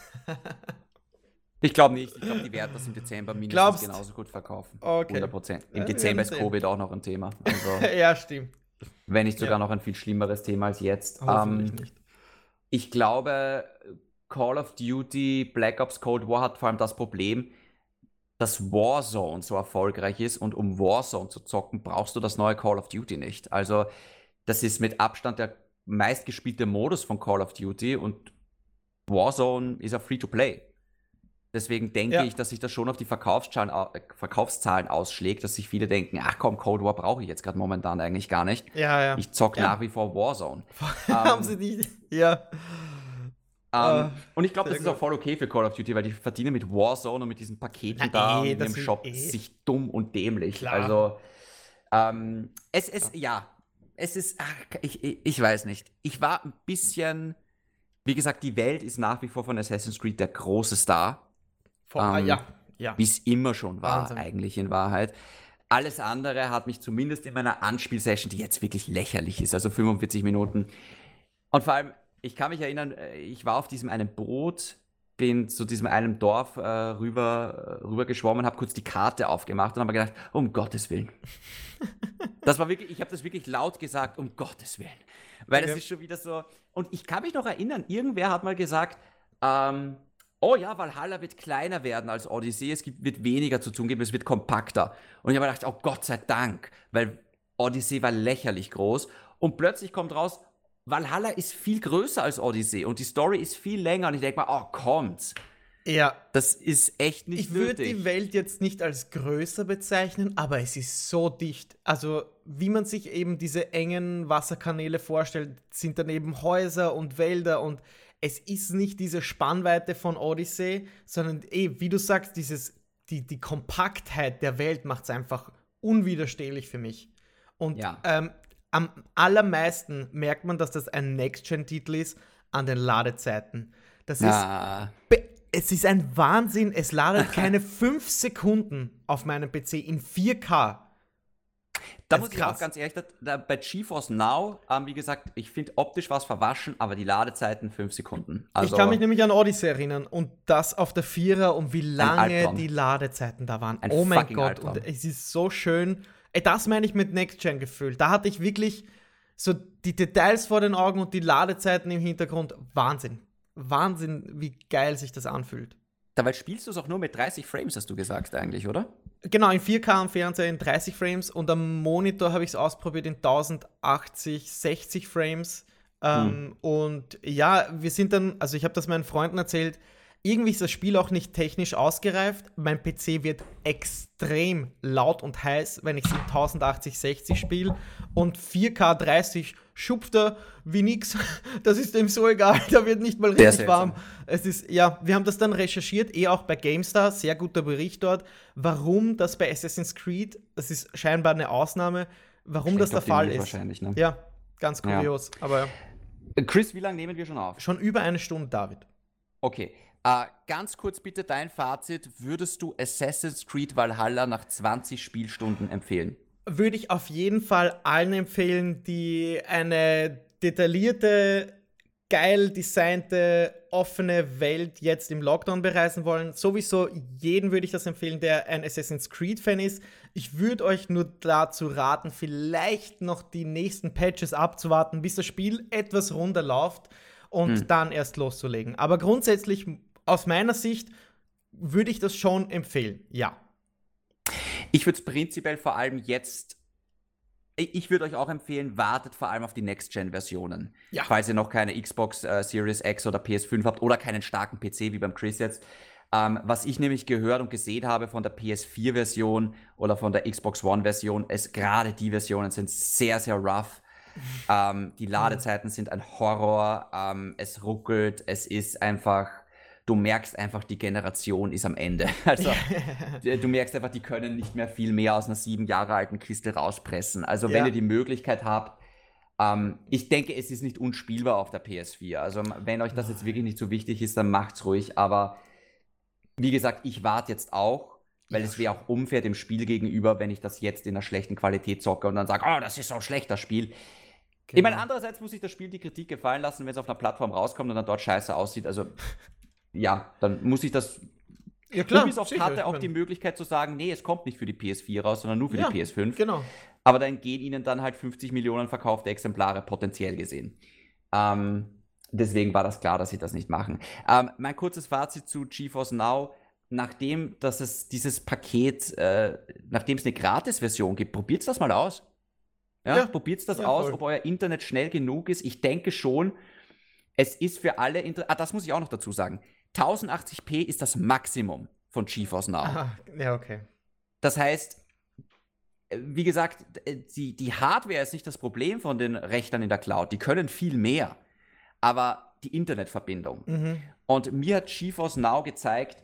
Ich glaube nicht. Ich glaube, die werden das im Dezember mindestens Glaubst? genauso gut verkaufen. Okay. hundert Prozent. Im Ja, wir Dezember werden ist sehen. Covid auch noch ein Thema. Also, Ja, stimmt. wenn nicht sogar Ja. noch ein viel schlimmeres Thema als jetzt. Hoffentlich Ähm, nicht. Ich glaube, Call of Duty, Black Ops Cold War hat vor allem das Problem, dass Warzone so erfolgreich ist und um Warzone zu zocken, brauchst du das neue Call of Duty nicht. Also, das ist mit Abstand der meistgespielte Modus von Call of Duty und Warzone ist ja Free-to-Play. Deswegen denke Ja. ich, dass sich das schon auf die Verkaufszahlen, au- äh, Verkaufszahlen ausschlägt, dass sich viele denken, ach komm, Cold War brauche ich jetzt gerade momentan eigentlich gar nicht. Ja, ja. Ich zock Ja. nach wie vor Warzone. Haben Ähm, sie nicht. Ja. Ähm, Ah, und ich glaube, sehr das ist auch gut. voll okay für Call of Duty, weil die verdienen mit Warzone und mit diesen Paketen Na da eh, und das im ist Shop eh- sich dumm und dämlich. Klar. Also, ähm, es ist, ja, es ist, ach, ich, ich, ich weiß nicht. Ich war ein bisschen, wie gesagt, die Welt ist nach wie vor von Assassin's Creed der große Star, Vor, ah, ähm, ja, ja. wie es immer schon war, Wahnsinn. eigentlich in Wahrheit. Alles andere hat mich zumindest in meiner Anspielsession, die jetzt wirklich lächerlich ist, also fünfundvierzig Minuten. Und vor allem, ich kann mich erinnern, äh, ich war auf diesem einen Boot, bin zu diesem einen Dorf äh, rüber, äh, rüber geschwommen, habe kurz die Karte aufgemacht und habe mir gedacht, um Gottes Willen. Das war wirklich, ich habe das wirklich laut gesagt, um Gottes Willen. Weil das Okay. ist schon wieder so. Und ich kann mich noch erinnern, irgendwer hat mal gesagt, ähm, oh ja, Valhalla wird kleiner werden als Odyssey, es gibt, wird weniger zu tun geben, es wird kompakter. Und ich habe mir gedacht, oh Gott sei Dank, weil Odyssey war lächerlich groß. Und plötzlich kommt raus, Valhalla ist viel größer als Odyssey und die Story ist viel länger. Und ich denke mal, oh kommt, Ja. das ist echt nicht Ich würde nötig. die Welt jetzt nicht als größer bezeichnen, aber es ist so dicht. Also, wie man sich eben diese engen Wasserkanäle vorstellt, sind dann eben Häuser und Wälder und es ist nicht diese Spannweite von Odyssey, sondern eh, wie du sagst, dieses, die, die Kompaktheit der Welt macht es einfach unwiderstehlich für mich. Und Ja. ähm, am allermeisten merkt man, dass das ein Next-Gen-Titel ist, an den Ladezeiten. Das ist Ja, Be- Es ist ein Wahnsinn. Es ladet keine fünf Sekunden auf meinem P C in vier K. Da Das muss ist ich auch krass. ganz ehrlich, da, da, bei GeForce Now, ähm, wie gesagt, ich finde optisch was verwaschen, aber die Ladezeiten fünf Sekunden. Ich kann mich Also nämlich an Odyssey erinnern und das auf der Vierer und wie ein lange Albtraum. die Ladezeiten da waren. Ein Oh mein fucking Gott, und Albtraum. es ist so schön. Ey, das meine ich mit Next-Gen-Gefühl. Da hatte ich wirklich so die Details vor den Augen und die Ladezeiten im Hintergrund. Wahnsinn. Wahnsinn, wie geil sich das anfühlt. Dabei spielst du es auch nur mit dreißig Frames, hast du gesagt eigentlich, oder? Genau, in vier K am Fernseher in dreißig Frames und am Monitor habe ich es ausprobiert in tausendachtzig, sechzig Frames. Ähm, Und ja, wir sind dann, also ich habe das meinen Freunden erzählt, irgendwie ist das Spiel auch nicht technisch ausgereift. Mein P C wird extrem laut und heiß, wenn ich es in tausendachtzig, sechzig spiele. Und vier K dreißig schupft er wie nix. Das ist dem so egal, da wird nicht mal Sehr richtig seltsam. warm. Es ist, ja, wir haben das dann recherchiert, eh auch bei GameStar, sehr guter Bericht dort, warum das bei Assassin's Creed, das ist scheinbar eine Ausnahme, warum das der Fall ist. Wahrscheinlich, ne? Ja, ganz kurios. Aber Äh, Chris, wie lange nehmen wir schon auf? schon über eine Stunde, David. Okay. Äh, ganz kurz bitte dein Fazit. Würdest du Assassin's Creed Valhalla nach zwanzig Spielstunden empfehlen? Würde ich auf jeden Fall allen empfehlen, die eine detaillierte, geil designte, offene Welt jetzt im Lockdown bereisen wollen. Sowieso jeden würde ich das empfehlen, der ein Assassin's Creed-Fan ist. Ich würde euch nur dazu raten, vielleicht noch die nächsten Patches abzuwarten, bis das Spiel etwas runterläuft und Hm. dann erst loszulegen. Aber grundsätzlich, aus meiner Sicht, würde ich das schon empfehlen, ja. Ich würde es prinzipiell vor allem jetzt. Ich ich würde euch auch empfehlen, wartet vor allem auf die Next-Gen-Versionen. Ja. Falls ihr noch keine Xbox äh, Series X oder P S fünf habt oder keinen starken P C wie beim Chris jetzt. Ähm, was ich nämlich gehört und gesehen habe von der P S vier Version oder von der Xbox One-Version, ist gerade die Versionen sind sehr, sehr rough. Ähm, die Ladezeiten sind ein Horror. Ähm, es ruckelt. Es ist einfach. Du merkst einfach, die Generation ist am Ende. Also, du merkst einfach, die können nicht mehr viel mehr aus einer sieben Jahre alten Kiste rauspressen. Also, Ja. wenn ihr die Möglichkeit habt, ähm, ich denke, es ist nicht unspielbar auf der P S vier. Also, wenn euch das jetzt wirklich nicht so wichtig ist, dann macht's ruhig. Aber wie gesagt, ich warte jetzt auch, weil Ja, es wäre auch unfair dem Spiel gegenüber, wenn ich das jetzt in einer schlechten Qualität zocke und dann sage, oh, das ist so ein schlechter Spiel. Ich meine, andererseits muss ich das Spiel die Kritik gefallen lassen, wenn es auf einer Plattform rauskommt und dann dort scheiße aussieht. Also, ja, dann muss ich das. Ja, klar. Ubisoft sicher, hatte ich auch mein- die Möglichkeit zu sagen, nee, es kommt nicht für die P S vier raus, sondern nur für Ja, die P S fünf. Genau. Aber dann gehen ihnen dann halt fünfzig Millionen verkaufte Exemplare potenziell gesehen. Ähm, deswegen war das klar, dass sie das nicht machen. Ähm, mein kurzes Fazit zu GeForce Now. Nachdem dass es dieses Paket, äh, nachdem es eine Gratis-Version gibt, probiert das mal aus. Ja, Ja, probiert das ja, aus, voll. ob euer Internet schnell genug ist. Ich denke schon, es ist für alle, inter ah, das muss ich auch noch dazu sagen, tausendachtzig p ist das Maximum von GeForce Now. Aha, ja, okay. Das heißt, äh, wie gesagt, äh, die, die Hardware ist nicht das Problem von den Rechnern in der Cloud. Die können viel mehr. Aber die Internetverbindung. Mhm. Und mir hat GeForce Now gezeigt,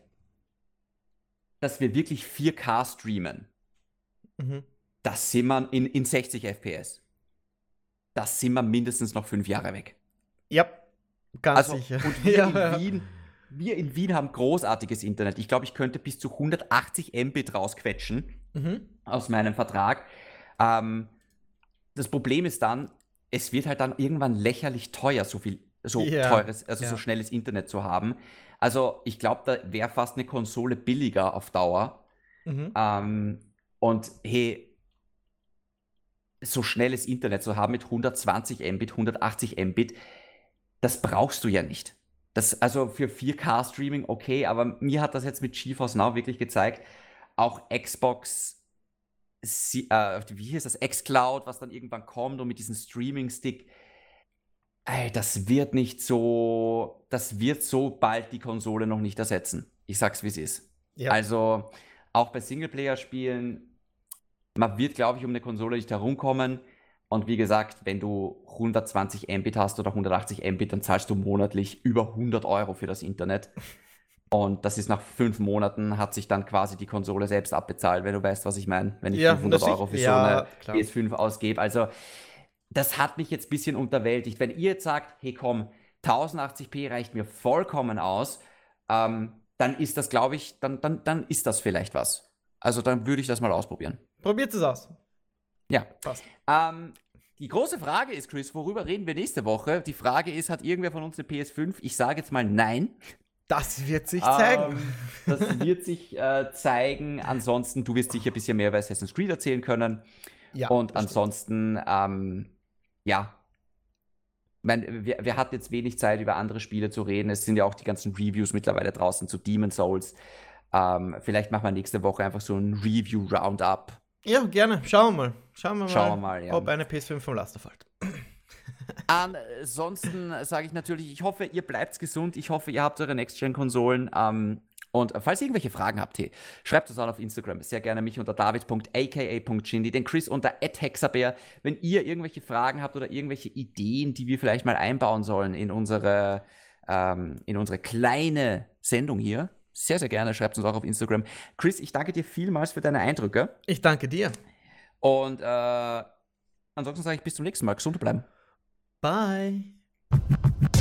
dass wir wirklich vier K streamen. Mhm. Das sind wir in, in sechzig F P S. Das sind wir mindestens noch fünf Jahre weg. Ja, ganz Also, sicher. und wir, ja, in ja. Wien, wir in Wien haben großartiges Internet. Ich glaube, ich könnte bis zu hundertachtzig Mbit rausquetschen Mhm. aus meinem Vertrag. Ähm, das Problem ist dann, es wird halt dann irgendwann lächerlich teuer, so viel, so Ja, teures, also ja. so schnelles Internet zu haben. Also ich glaube, da wäre fast eine Konsole billiger auf Dauer. Mhm. Ähm, und hey, so schnelles Internet zu haben mit hundertzwanzig Mbit, hundertachtzig Mbit, das brauchst du ja nicht. Das, also für vier K Streaming okay, aber mir hat das jetzt mit GeForce Now wirklich gezeigt, auch Xbox, sie- äh, wie hieß das, xCloud, was dann irgendwann kommt und mit diesem Streaming-Stick, ey, das wird nicht so, das wird so bald die Konsole noch nicht ersetzen. Ich sag's, wie es ist. Ja. Also auch bei Singleplayer-Spielen, man wird, glaube ich, um eine Konsole nicht herumkommen. Und wie gesagt, wenn du hundertzwanzig Mbit hast oder hundertachtzig Mbit, dann zahlst du monatlich über hundert Euro für das Internet. Und das ist nach fünf Monaten, hat sich dann quasi die Konsole selbst abbezahlt, wenn du weißt, was ich meine, wenn ich Ja, fünfhundert das ich- Euro für ja, so eine klar. P S fünf ausgebe. Also das hat mich jetzt ein bisschen unterwältigt. Wenn ihr jetzt sagt, hey komm, tausendachtzig p reicht mir vollkommen aus, ähm, dann ist das, glaube ich, dann, dann, dann ist das vielleicht was. Also dann würde ich das mal ausprobieren. Probiert es aus. Ja. Passt. Ähm, die große Frage ist, Chris, worüber reden wir nächste Woche? Die Frage ist, hat irgendwer von uns eine P S fünf? Ich sage jetzt mal nein. Das wird sich zeigen. Ähm, das wird sich äh, zeigen. Ansonsten, du wirst sicher ein bisschen mehr über Assassin's Creed erzählen können. Ja, Und bestimmt. ansonsten, ähm, ja. Ich meine, wir, wir hatten jetzt wenig Zeit, über andere Spiele zu reden. Es sind ja auch die ganzen Reviews mittlerweile draußen zu Demon's Souls. Ähm, vielleicht machen wir nächste Woche einfach so ein Review-Roundup. Ja, gerne. Schauen wir mal. Schauen wir Schauen mal, wir mal, ja. ob eine P S fünf vom Laster fällt. Ansonsten sage ich natürlich, ich hoffe, ihr bleibt gesund. Ich hoffe, ihr habt eure Next-Gen-Konsolen. Ähm, und falls ihr irgendwelche Fragen habt, hey, schreibt uns an auf Instagram. Sehr gerne mich unter david punkt a k a punkt shindy, den Chris unter at hexabear. Wenn ihr irgendwelche Fragen habt oder irgendwelche Ideen, die wir vielleicht mal einbauen sollen in unsere, ähm, in unsere kleine Sendung hier, sehr, sehr gerne, schreibt uns auch auf Instagram. Chris, ich danke dir vielmals für deine Eindrücke. Ich danke dir. Und äh, ansonsten sage ich bis zum nächsten Mal. Gesund bleiben. Bye.